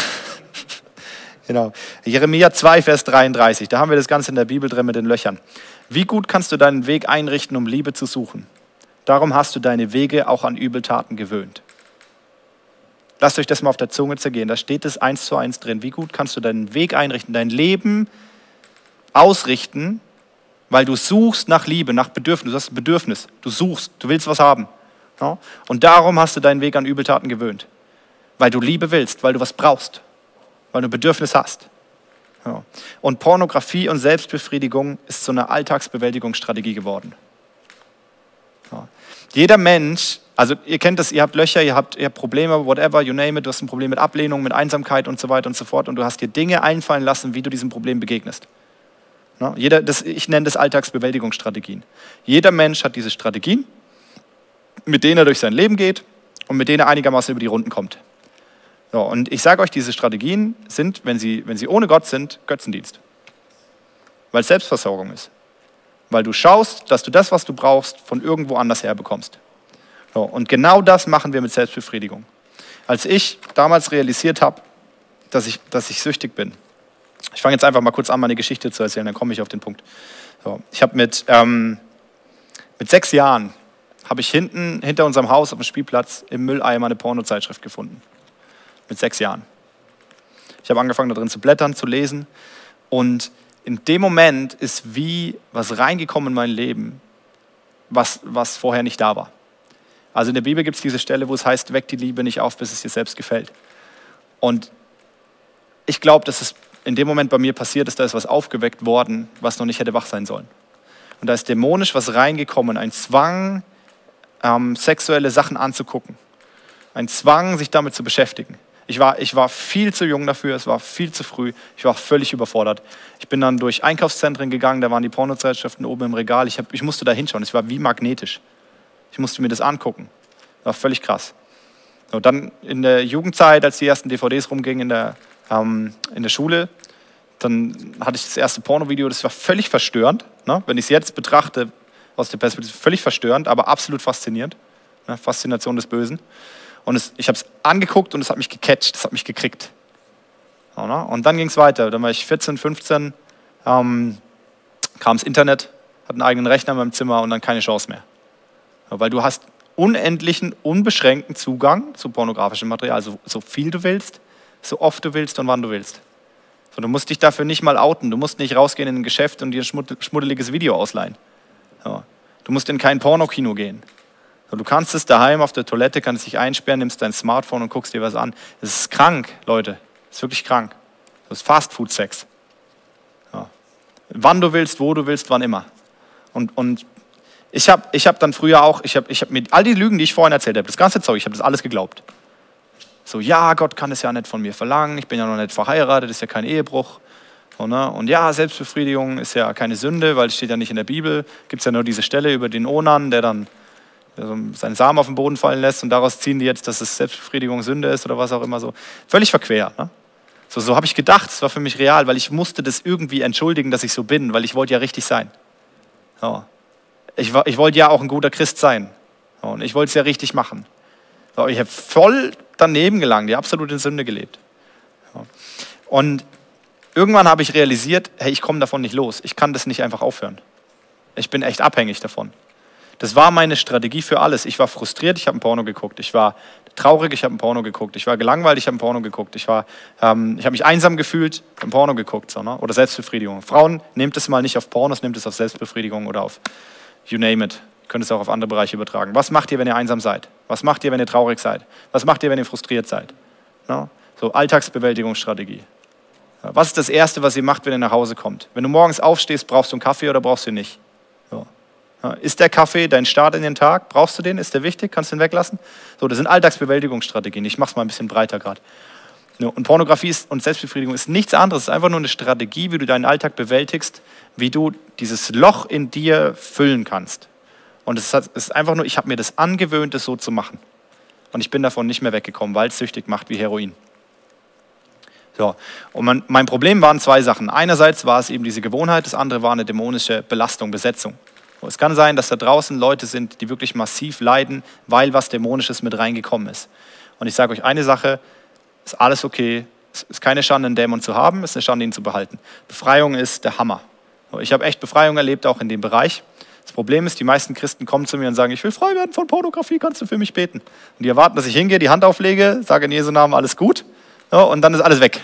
Genau. Jeremia zwei, Vers dreiunddreißig. Da haben wir das Ganze in der Bibel drin mit den Löchern. Wie gut kannst du deinen Weg einrichten, um Liebe zu suchen? Darum hast du deine Wege auch an Übeltaten gewöhnt. Lasst euch das mal auf der Zunge zergehen. Da steht es eins zu eins drin. Wie gut kannst du deinen Weg einrichten, dein Leben ausrichten, weil du suchst nach Liebe, nach Bedürfnis. Du hast ein Bedürfnis. Du suchst, du willst was haben. Ja? Und darum hast du deinen Weg an Übeltaten gewöhnt. Weil du Liebe willst, weil du was brauchst. Weil du ein Bedürfnis hast. Ja. Und Pornografie und Selbstbefriedigung ist so eine Alltagsbewältigungsstrategie geworden. Ja. Jeder Mensch, also ihr kennt das, ihr habt Löcher, ihr habt, ihr habt Probleme, whatever, you name it, du hast ein Problem mit Ablehnung, mit Einsamkeit und so weiter und so fort und du hast dir Dinge einfallen lassen, wie du diesem Problem begegnest. Ja. Jeder, das, ich nenne das Alltagsbewältigungsstrategien. Jeder Mensch hat diese Strategien, mit denen er durch sein Leben geht und mit denen er einigermaßen über die Runden kommt. So, und ich sage euch, diese Strategien sind, wenn sie, wenn sie ohne Gott sind, Götzendienst. Weil es Selbstversorgung ist. Weil du schaust, dass du das, was du brauchst, von irgendwo anders her bekommst. So, und genau das machen wir mit Selbstbefriedigung. Als ich damals realisiert habe, dass ich, dass ich süchtig bin, ich fange jetzt einfach mal kurz an, meine Geschichte zu erzählen, dann komme ich auf den Punkt. So, ich habe mit, ähm, mit sechs Jahren, habe ich hinten, hinter unserem Haus auf dem Spielplatz im Mülleimer eine Pornozeitschrift gefunden. Mit sechs Jahren. Ich habe angefangen, da drin zu blättern, zu lesen. Und in dem Moment ist wie was reingekommen in mein Leben, was, was vorher nicht da war. Also in der Bibel gibt es diese Stelle, wo es heißt, weck die Liebe nicht auf, bis es dir selbst gefällt. Und ich glaube, dass es in dem Moment bei mir passiert ist, da ist was aufgeweckt worden, was noch nicht hätte wach sein sollen. Und da ist dämonisch was reingekommen, ein Zwang, ähm, sexuelle Sachen anzugucken. Ein Zwang, sich damit zu beschäftigen. Ich war, ich war viel zu jung dafür, es war viel zu früh, ich war völlig überfordert. Ich bin dann durch Einkaufszentren gegangen, da waren die Pornozeitschriften oben im Regal, ich, hab, ich musste da hinschauen, es war wie magnetisch. Ich musste mir das angucken, das war völlig krass. Und dann in der Jugendzeit, als die ersten D V Ds rumgingen in der, ähm, in der Schule, dann hatte ich das erste Pornovideo, das war völlig verstörend. Ne? Wenn ich es jetzt betrachte, aus der Perspektive, völlig verstörend, aber absolut faszinierend. Ne? Faszination des Bösen. Und es, ich habe es angeguckt und es hat mich gecatcht, es hat mich gekriegt. Ja, ne? Und dann ging es weiter. Dann war ich vierzehn, fünfzehn, ähm, kam das Internet, hatte einen eigenen Rechner in meinem Zimmer und dann keine Chance mehr. Ja, weil du hast unendlichen, unbeschränkten Zugang zu pornografischem Material. Also so viel du willst, so oft du willst und wann du willst. So, du musst dich dafür nicht mal outen. Du musst nicht rausgehen in ein Geschäft und dir ein schmuddeliges Video ausleihen. Ja. Du musst in kein Pornokino gehen. Du kannst es daheim auf der Toilette, kannst dich einsperren, nimmst dein Smartphone und guckst dir was an. Das ist krank, Leute. Das ist wirklich krank. Das ist Fastfood-Sex. Ja. Wann du willst, wo du willst, wann immer. Und, und ich habe ich hab dann früher auch, ich habe ich hab mit all die Lügen, die ich vorhin erzählt habe, das ganze Zeug, ich habe das alles geglaubt. So, ja, Gott kann es ja nicht von mir verlangen, ich bin ja noch nicht verheiratet, das ist ja kein Ehebruch. So, ne? Und ja, Selbstbefriedigung ist ja keine Sünde, weil es steht ja nicht in der Bibel. Gibt es ja nur diese Stelle über den Onan, der dann also seinen Samen auf den Boden fallen lässt und daraus ziehen die jetzt, dass es Selbstbefriedigung Sünde ist oder was auch immer so. Völlig verquer. Ne? So, so habe ich gedacht, es war für mich real, weil ich musste das irgendwie entschuldigen, dass ich so bin, weil ich wollte ja richtig sein. So. Ich, ich wollte ja auch ein guter Christ sein. So, und ich wollte es ja richtig machen. So, ich habe voll daneben gelangt, die absolute Sünde gelebt. So. Und irgendwann habe ich realisiert, hey, ich komme davon nicht los. Ich kann das nicht einfach aufhören. Ich bin echt abhängig davon. Das war meine Strategie für alles. Ich war frustriert, ich habe ein Porno geguckt. Ich war traurig, ich habe ein Porno geguckt. Ich war gelangweilt, ich habe ein Porno geguckt. Ich, ähm, ich habe mich einsam gefühlt, ein Porno geguckt. So, ne? Oder Selbstbefriedigung. Frauen, nehmt es mal nicht auf Pornos, nehmt es auf Selbstbefriedigung oder auf you name it. Ihr könnt es auch auf andere Bereiche übertragen. Was macht ihr, wenn ihr einsam seid? Was macht ihr, wenn ihr traurig seid? Was macht ihr, wenn ihr frustriert seid? Ne? So Alltagsbewältigungsstrategie. Was ist das Erste, was ihr macht, wenn ihr nach Hause kommt? Wenn du morgens aufstehst, brauchst du einen Kaffee oder brauchst du ihn nicht? So. Ist der Kaffee dein Start in den Tag? Brauchst du den? Ist der wichtig? Kannst du ihn weglassen? So, das sind Alltagsbewältigungsstrategien. Ich mache es mal ein bisschen breiter gerade. Und Pornografie ist, und Selbstbefriedigung ist nichts anderes. Es ist einfach nur eine Strategie, wie du deinen Alltag bewältigst, wie du dieses Loch in dir füllen kannst. Und es ist einfach nur, ich habe mir das angewöhnt, das so zu machen. Und ich bin davon nicht mehr weggekommen, weil es süchtig macht wie Heroin. So. Und mein, mein Problem waren zwei Sachen. Einerseits war es eben diese Gewohnheit, das andere war eine dämonische Belastung, Besetzung. So, es kann sein, dass da draußen Leute sind, die wirklich massiv leiden, weil was Dämonisches mit reingekommen ist. Und ich sage euch eine Sache, ist alles okay, es ist keine Schande, einen Dämon zu haben, es ist eine Schande, ihn zu behalten. Befreiung ist der Hammer. So, ich habe echt Befreiung erlebt, auch in dem Bereich. Das Problem ist, die meisten Christen kommen zu mir und sagen, ich will frei werden von Pornografie, kannst du für mich beten? Und die erwarten, dass ich hingehe, die Hand auflege, sage in Jesu Namen alles gut, ja, und dann ist alles weg.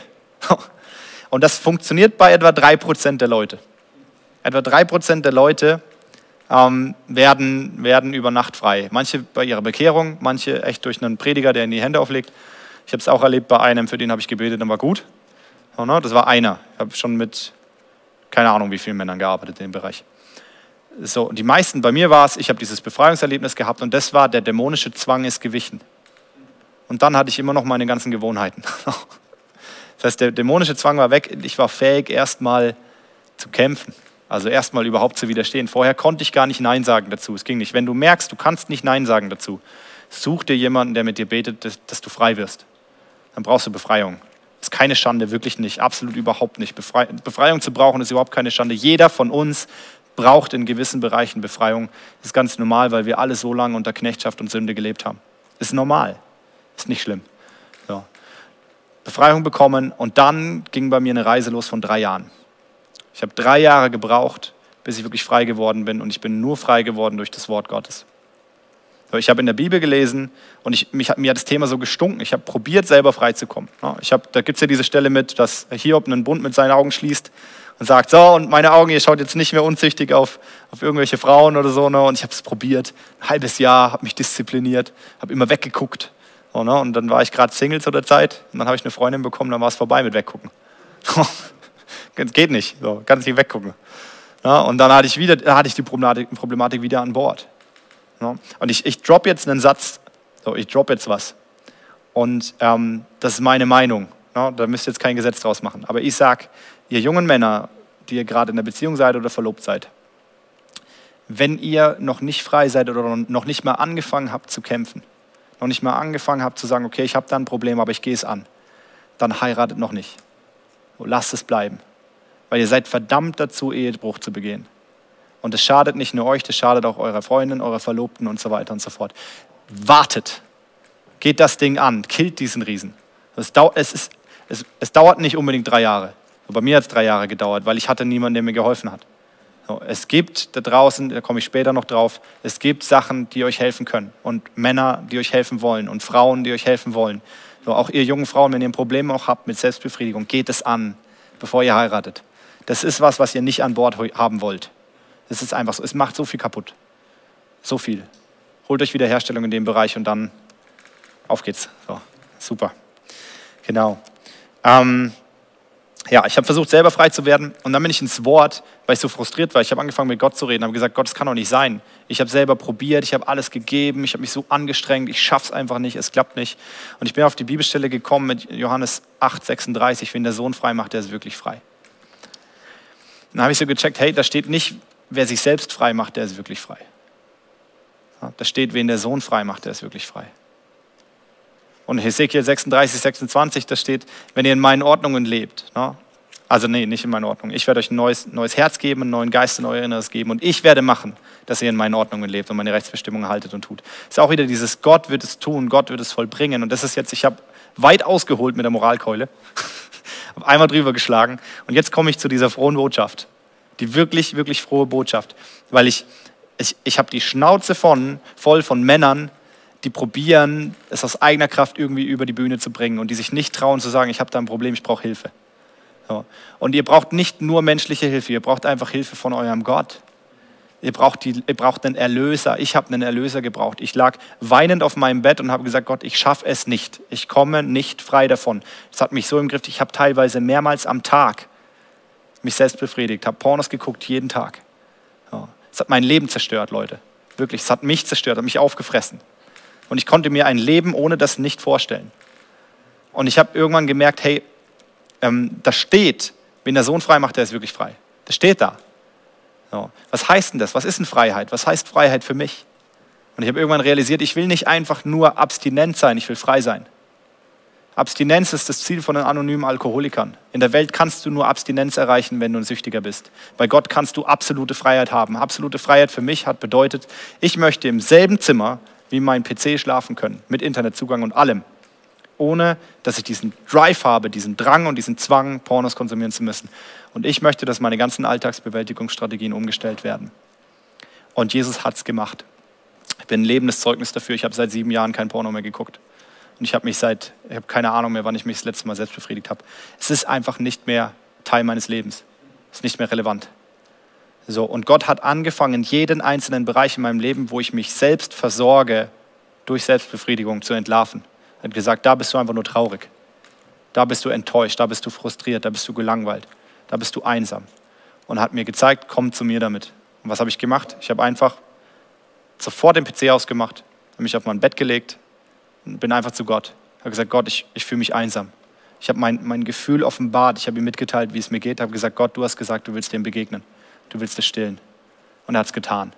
Und das funktioniert bei etwa drei Prozent der Leute. Etwa drei Prozent der Leute ähm, werden, werden über Nacht frei. Manche bei ihrer Bekehrung, manche echt durch einen Prediger, der ihnen die Hände auflegt. Ich habe es auch erlebt bei einem, für den habe ich gebetet, dann war gut. Ja, ne? Das war einer. Ich habe schon mit, keine Ahnung wie vielen Männern gearbeitet in dem Bereich. So, die meisten, bei mir war es, ich habe dieses Befreiungserlebnis gehabt und das war, der dämonische Zwang ist gewichen. Und dann hatte ich immer noch meine ganzen Gewohnheiten. Das heißt, der dämonische Zwang war weg, ich war fähig, erstmal zu kämpfen. Also erstmal überhaupt zu widerstehen. Vorher konnte ich gar nicht Nein sagen dazu, es ging nicht. Wenn du merkst, du kannst nicht Nein sagen dazu, such dir jemanden, der mit dir betet, dass, dass du frei wirst. Dann brauchst du Befreiung. Das ist keine Schande, wirklich nicht, absolut überhaupt nicht. Befrei- Befreiung zu brauchen ist überhaupt keine Schande. Jeder von uns braucht in gewissen Bereichen Befreiung. Das ist ganz normal, weil wir alle so lange unter Knechtschaft und Sünde gelebt haben. Ist normal, ist nicht schlimm. So. Befreiung bekommen und dann ging bei mir eine Reise los von drei Jahren. Ich habe drei Jahre gebraucht, bis ich wirklich frei geworden bin und ich bin nur frei geworden durch das Wort Gottes. So, ich habe in der Bibel gelesen und ich, mich, mir hat das Thema so gestunken. Ich habe probiert, selber frei zu kommen. Ich hab, da gibt es ja diese Stelle mit, dass Hiob einen Bund mit seinen Augen schließt und sagt, so, und meine Augen, ihr schaut jetzt nicht mehr unzüchtig auf, auf irgendwelche Frauen oder so. Ne? Und ich habe es probiert, ein halbes Jahr, habe mich diszipliniert, habe immer weggeguckt. So, ne? Und dann war ich gerade Single zu der Zeit und dann habe ich eine Freundin bekommen, dann war es vorbei mit weggucken. Geht nicht, so, kannst nicht weggucken. Ja? Und dann hatte ich, wieder, hatte ich die Problematik, Problematik wieder an Bord. Ja? Und ich, ich drop jetzt einen Satz, so, ich drop jetzt was. Und ähm, das ist meine Meinung. Ja? Da müsst ihr jetzt kein Gesetz draus machen. Aber ich sage, ihr jungen Männer, die ihr gerade in der Beziehung seid oder verlobt seid, wenn ihr noch nicht frei seid oder noch nicht mal angefangen habt zu kämpfen, noch nicht mal angefangen habt zu sagen, okay, ich habe da ein Problem, aber ich gehe es an, dann heiratet noch nicht. Lasst es bleiben. Weil ihr seid verdammt dazu, Ehebruch zu begehen. Und es schadet nicht nur euch, das schadet auch eurer Freundin, eurer Verlobten und so weiter und so fort. Wartet. Geht das Ding an. Killt diesen Riesen. Es, dau- es, ist, es, es dauert nicht unbedingt drei Jahre. Bei mir hat es drei Jahre gedauert, weil ich hatte niemanden, der mir geholfen hat. So, es gibt da draußen, da komme ich später noch drauf, es gibt Sachen, die euch helfen können. Und Männer, die euch helfen wollen. Und Frauen, die euch helfen wollen. So, auch ihr jungen Frauen, wenn ihr ein Problem auch habt mit Selbstbefriedigung, geht es an, bevor ihr heiratet. Das ist was, was ihr nicht an Bord haben wollt. Es ist einfach so, es macht so viel kaputt. So viel. Holt euch Wiederherstellung in dem Bereich und dann auf geht's. So, super. Genau. Ähm, ja, ich habe versucht, selber frei zu werden und dann bin ich ins Wort, weil ich so frustriert war. Ich habe angefangen, mit Gott zu reden, habe gesagt, Gott, das kann doch nicht sein. Ich habe selber probiert, ich habe alles gegeben, ich habe mich so angestrengt, ich schaff's einfach nicht, es klappt nicht. Und ich bin auf die Bibelstelle gekommen mit Johannes acht sechsunddreißig, wenn der Sohn frei macht, der ist wirklich frei. Dann habe ich so gecheckt, hey, da steht nicht, wer sich selbst frei macht, der ist wirklich frei. Ja, da steht, wen der Sohn frei macht, der ist wirklich frei. Und Hesekiel sechsunddreißig, sechsundzwanzig, da steht, wenn ihr in meinen Ordnungen lebt, ne? Also nee, nicht in meinen Ordnungen, ich werde euch ein neues, neues Herz geben, einen neuen Geist in euer Inneres geben und ich werde machen, dass ihr in meinen Ordnungen lebt und meine Rechtsbestimmungen haltet und tut. Das ist auch wieder dieses, Gott wird es tun, Gott wird es vollbringen und das ist jetzt, ich habe weit ausgeholt mit der Moralkeule, habe einmal drüber geschlagen und jetzt komme ich zu dieser frohen Botschaft, die wirklich, wirklich frohe Botschaft, weil ich, ich, ich habe die Schnauze von, voll von Männern, die probieren, es aus eigener Kraft irgendwie über die Bühne zu bringen und die sich nicht trauen zu sagen, ich habe da ein Problem, ich brauche Hilfe. So. Und ihr braucht nicht nur menschliche Hilfe, ihr braucht einfach Hilfe von eurem Gott. Ihr braucht, die, ihr braucht einen Erlöser. Ich habe einen Erlöser gebraucht. Ich lag weinend auf meinem Bett und habe gesagt, Gott, ich schaffe es nicht. Ich komme nicht frei davon. Das hat mich so im Griff, ich habe teilweise mehrmals am Tag mich selbst befriedigt, habe Pornos geguckt, jeden Tag. So. Es hat mein Leben zerstört, Leute. Wirklich, es hat mich zerstört, hat mich aufgefressen. Und ich konnte mir ein Leben ohne das nicht vorstellen. Und ich habe irgendwann gemerkt, hey, ähm, da steht, wenn der Sohn frei macht, der ist wirklich frei. Das steht da. So. Was heißt denn das? Was ist denn Freiheit? Was heißt Freiheit für mich? Und ich habe irgendwann realisiert, ich will nicht einfach nur abstinent sein, ich will frei sein. Abstinenz ist das Ziel von den anonymen Alkoholikern. In der Welt kannst du nur Abstinenz erreichen, wenn du ein Süchtiger bist. Bei Gott kannst du absolute Freiheit haben. Absolute Freiheit für mich hat bedeutet, ich möchte im selben Zimmer wie mein P C schlafen können, mit Internetzugang und allem. Ohne, dass ich diesen Drive habe, diesen Drang und diesen Zwang, Pornos konsumieren zu müssen. Und ich möchte, dass meine ganzen Alltagsbewältigungsstrategien umgestellt werden. Und Jesus hat es gemacht. Ich bin ein lebendes Zeugnis dafür. Ich habe seit sieben Jahren kein Porno mehr geguckt. Und ich habe mich seit, ich habe keine Ahnung mehr, wann ich mich das letzte Mal selbst befriedigt habe. Es ist einfach nicht mehr Teil meines Lebens. Es ist nicht mehr relevant. So, und Gott hat angefangen, jeden einzelnen Bereich in meinem Leben, wo ich mich selbst versorge, durch Selbstbefriedigung zu entlarven. Er hat gesagt, da bist du einfach nur traurig. Da bist du enttäuscht, da bist du frustriert, da bist du gelangweilt, da bist du einsam. Und hat mir gezeigt, komm zu mir damit. Und was habe ich gemacht? Ich habe einfach sofort den P C ausgemacht, habe mich auf mein Bett gelegt, bin einfach zu Gott. Ich habe gesagt, Gott, ich, ich fühle mich einsam. Ich habe mein, mein Gefühl offenbart. Ich habe ihm mitgeteilt, wie es mir geht. Ich habe gesagt, Gott, du hast gesagt, du willst dem begegnen. Du willst es stillen. Und er hat es getan.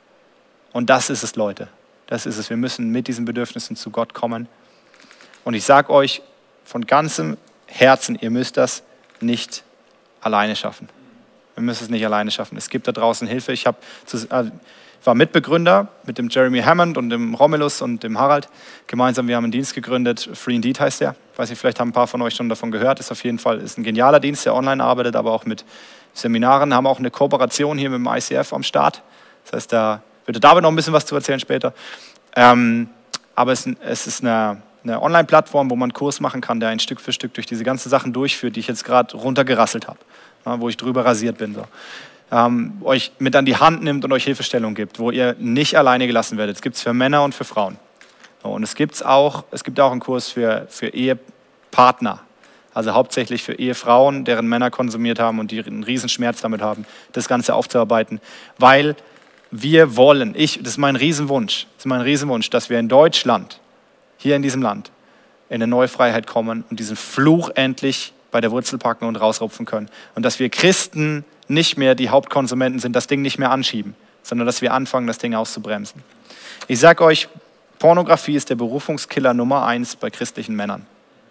Und das ist es, Leute. Das ist es. Wir müssen mit diesen Bedürfnissen zu Gott kommen. Und ich sage euch von ganzem Herzen, ihr müsst das nicht alleine schaffen. Wir müssen es nicht alleine schaffen. Es gibt da draußen Hilfe. Ich habe... Äh, war Mitbegründer mit dem Jeremy Hammond und dem Romulus und dem Harald. Gemeinsam, wir haben einen Dienst gegründet, Free Indeed heißt der. Ich weiß nicht, vielleicht haben ein paar von euch schon davon gehört. Ist auf jeden Fall ist ein genialer Dienst, der online arbeitet, aber auch mit Seminaren. Haben auch eine Kooperation hier mit dem I C F am Start. Das heißt, da wird David noch ein bisschen was zu erzählen später. Ähm, aber es, es ist eine, eine Online-Plattform, wo man einen Kurs machen kann, der ein Stück für Stück durch diese ganzen Sachen durchführt, die ich jetzt gerade runtergerasselt habe, ja, wo ich drüber rasiert bin. So. Ähm, euch mit an die Hand nimmt und euch Hilfestellung gibt, wo ihr nicht alleine gelassen werdet. Es gibt es für Männer und für Frauen. So, und es, gibt's auch, es gibt auch einen Kurs für, für Ehepartner, also hauptsächlich für Ehefrauen, deren Männer konsumiert haben und die einen riesen Schmerz damit haben, das Ganze aufzuarbeiten. Weil wir wollen, ich, das ist mein Riesenwunsch, das ist mein Riesenwunsch, dass wir in Deutschland, hier in diesem Land, in eine neue Freiheit kommen und diesen Fluch endlich bei der Wurzel packen und rausrupfen können. Und dass wir Christen nicht mehr die Hauptkonsumenten sind, das Ding nicht mehr anschieben, sondern dass wir anfangen, das Ding auszubremsen. Ich sage euch, Pornografie ist der Berufungskiller Nummer eins bei christlichen Männern.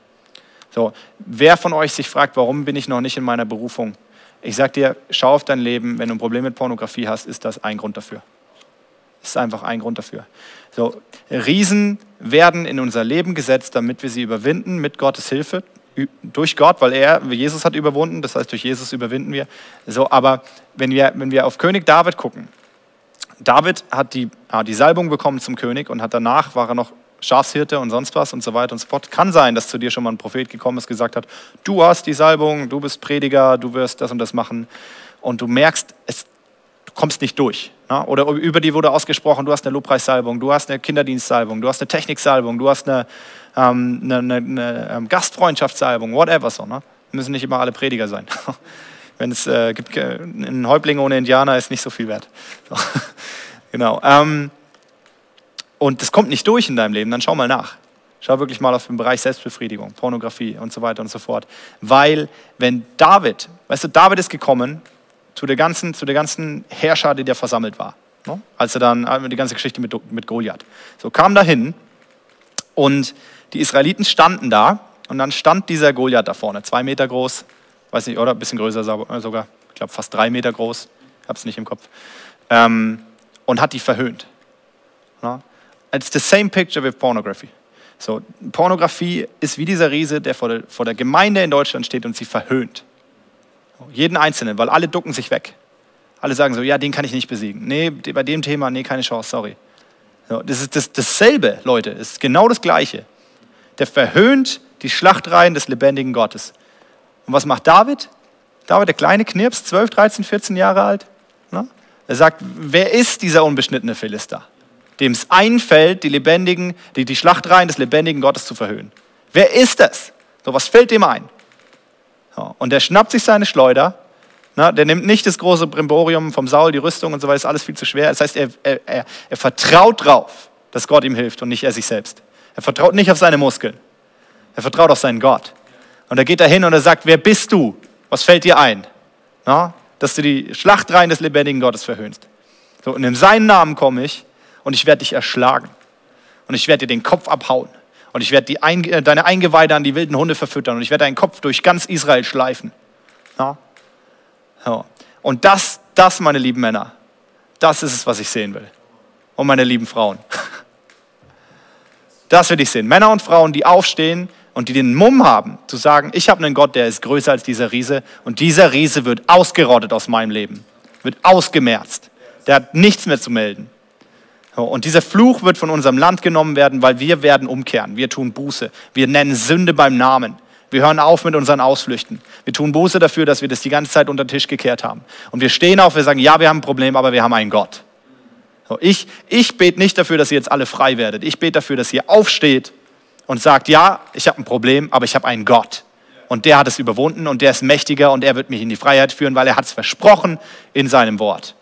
So, wer von euch sich fragt, warum bin ich noch nicht in meiner Berufung? Ich sage dir, schau auf dein Leben, wenn du ein Problem mit Pornografie hast, ist das ein Grund dafür. Das ist einfach ein Grund dafür. So, Riesen werden in unser Leben gesetzt, damit wir sie überwinden mit Gottes Hilfe. Durch Gott, weil er, Jesus hat überwunden, das heißt, durch Jesus überwinden wir. So, aber wenn wir, wenn wir auf König David gucken, David hat die, ah, die Salbung bekommen zum König und hat danach, war er noch Schafshirte und sonst was und so weiter und so fort. Kann sein, dass zu dir schon mal ein Prophet gekommen ist, gesagt hat, du hast die Salbung, du bist Prediger, du wirst das und das machen. Und du merkst, es, du kommst nicht durch. Na? Oder über die wurde ausgesprochen, du hast eine Lobpreissalbung, du hast eine Kinderdienstsalbung, du hast eine Techniksalbung, du hast eine Ähm, eine, eine, eine Gastfreundschaftsalbung, whatever so. Ne? Müssen nicht immer alle Prediger sein. Wenn es äh, gibt, ein Häuptling ohne Indianer ist nicht so viel wert. So. Genau. Ähm, und das kommt nicht durch in deinem Leben, dann schau mal nach. Schau wirklich mal auf den Bereich Selbstbefriedigung, Pornografie und so weiter und so fort. Weil wenn David, weißt du, David ist gekommen zu der ganzen, zu der ganzen Herrscher, die da versammelt war. Ne? Als er dann, die ganze Geschichte mit, mit Goliath. So kam dahin und die Israeliten standen da und dann stand dieser Goliath da vorne, zwei Meter groß, weiß nicht, oder ein bisschen größer sogar, ich glaube fast drei Meter groß, ich habe es nicht im Kopf, ähm, und hat die verhöhnt. Ja? It's the same picture with pornography. So, Pornografie ist wie dieser Riese, der vor der, vor der Gemeinde in Deutschland steht und sie verhöhnt. Jeden Einzelnen, weil alle ducken sich weg. Alle sagen so, ja, den kann ich nicht besiegen. Nee, bei dem Thema, nee, keine Chance, sorry. So, das ist das, dasselbe, Leute, ist genau das Gleiche. Der verhöhnt die Schlachtreihen des lebendigen Gottes. Und was macht David? David, der kleine Knirps, zwölf, dreizehn, vierzehn Jahre alt. Na? Er sagt, wer ist dieser unbeschnittene Philister, dem es einfällt, die, lebendigen, die, die Schlachtreihen des lebendigen Gottes zu verhöhnen? Wer ist das? So, was fällt dem ein? So, und der schnappt sich seine Schleuder, na, der nimmt nicht das große Brimborium vom Saul, die Rüstung und so weiter, ist alles viel zu schwer. Das heißt, er, er, er, er vertraut drauf, dass Gott ihm hilft und nicht er sich selbst. Er vertraut nicht auf seine Muskeln. Er vertraut auf seinen Gott. Und er geht da hin und er sagt, wer bist du? Was fällt dir ein? Na? dass du die Schlachtreihen des lebendigen Gottes verhöhnst. So, und in seinen Namen komme ich und ich werde dich erschlagen. Und ich werde dir den Kopf abhauen. Und ich werde die Einge- deine Eingeweide an die wilden Hunde verfüttern. Und ich werde deinen Kopf durch ganz Israel schleifen. Ja? Ja. Und das, das, meine lieben Männer, das ist es, was ich sehen will. Und meine lieben Frauen. Das will ich sehen. Männer und Frauen, die aufstehen und die den Mumm haben, zu sagen, ich habe einen Gott, der ist größer als dieser Riese. Und dieser Riese wird ausgerottet aus meinem Leben. Wird ausgemerzt. Der hat nichts mehr zu melden. Und dieser Fluch wird von unserem Land genommen werden, weil wir werden umkehren. Wir tun Buße. Wir nennen Sünde beim Namen. Wir hören auf mit unseren Ausflüchten. Wir tun Buße dafür, dass wir das die ganze Zeit unter den Tisch gekehrt haben. Und wir stehen auf, wir sagen, ja, wir haben ein Problem, aber wir haben einen Gott. Ich, ich bete nicht dafür, dass ihr jetzt alle frei werdet. Ich bete dafür, dass ihr aufsteht und sagt, ja, ich habe ein Problem, aber ich habe einen Gott. Und der hat es überwunden und der ist mächtiger und er wird mich in die Freiheit führen, weil er hat es versprochen in seinem Wort.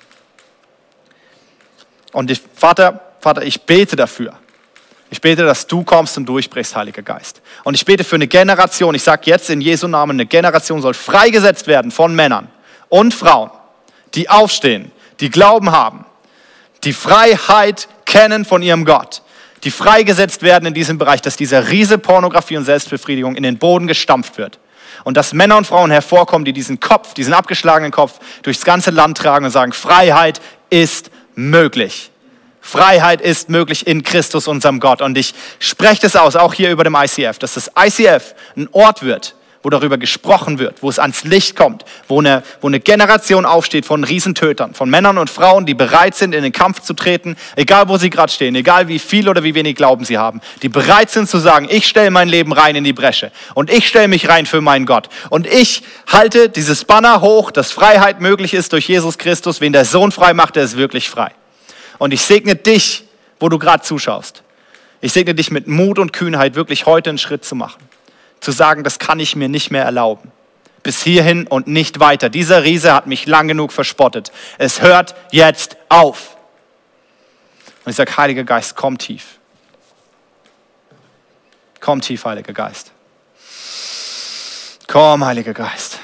Und ich, Vater, Vater, ich bete dafür. Ich bete, dass du kommst und durchbrichst, Heiliger Geist. Und ich bete für eine Generation, ich sage jetzt in Jesu Namen, eine Generation soll freigesetzt werden von Männern und Frauen, die aufstehen, die Glauben haben, die Freiheit kennen von ihrem Gott, die freigesetzt werden in diesem Bereich, dass dieser Riese Pornografie und Selbstbefriedigung in den Boden gestampft wird. Und dass Männer und Frauen hervorkommen, die diesen Kopf, diesen abgeschlagenen Kopf durchs ganze Land tragen und sagen, Freiheit ist möglich. Freiheit ist möglich in Christus, unserem Gott. Und ich spreche das aus, auch hier über dem I C F, dass das I C F ein Ort wird, wo darüber gesprochen wird, wo es ans Licht kommt, wo eine, wo eine Generation aufsteht von Riesentötern, von Männern und Frauen, die bereit sind, in den Kampf zu treten, egal wo sie gerade stehen, egal wie viel oder wie wenig Glauben sie haben, die bereit sind zu sagen, ich stelle mein Leben rein in die Bresche und ich stelle mich rein für meinen Gott. Und ich halte dieses Banner hoch, dass Freiheit möglich ist durch Jesus Christus. Wen der Sohn frei macht, der ist wirklich frei. Und ich segne dich, wo du gerade zuschaust. Ich segne dich mit Mut und Kühnheit, wirklich heute einen Schritt zu machen. Zu sagen, das kann ich mir nicht mehr erlauben. Bis hierhin und nicht weiter. Dieser Riese hat mich lang genug verspottet. Es hört jetzt auf. Und ich sage, Heiliger Geist, komm tief. Komm tief, Heiliger Geist. Komm, Heiliger Geist.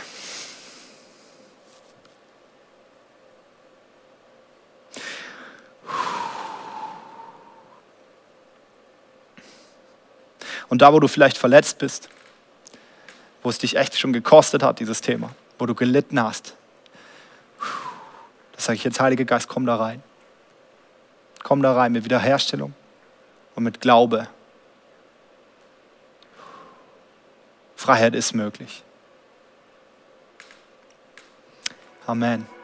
Und da, wo du vielleicht verletzt bist, wo es dich echt schon gekostet hat, dieses Thema, wo du gelitten hast, das sage ich jetzt, Heiliger Geist, komm da rein. Komm da rein mit Wiederherstellung und mit Glaube. Freiheit ist möglich. Amen.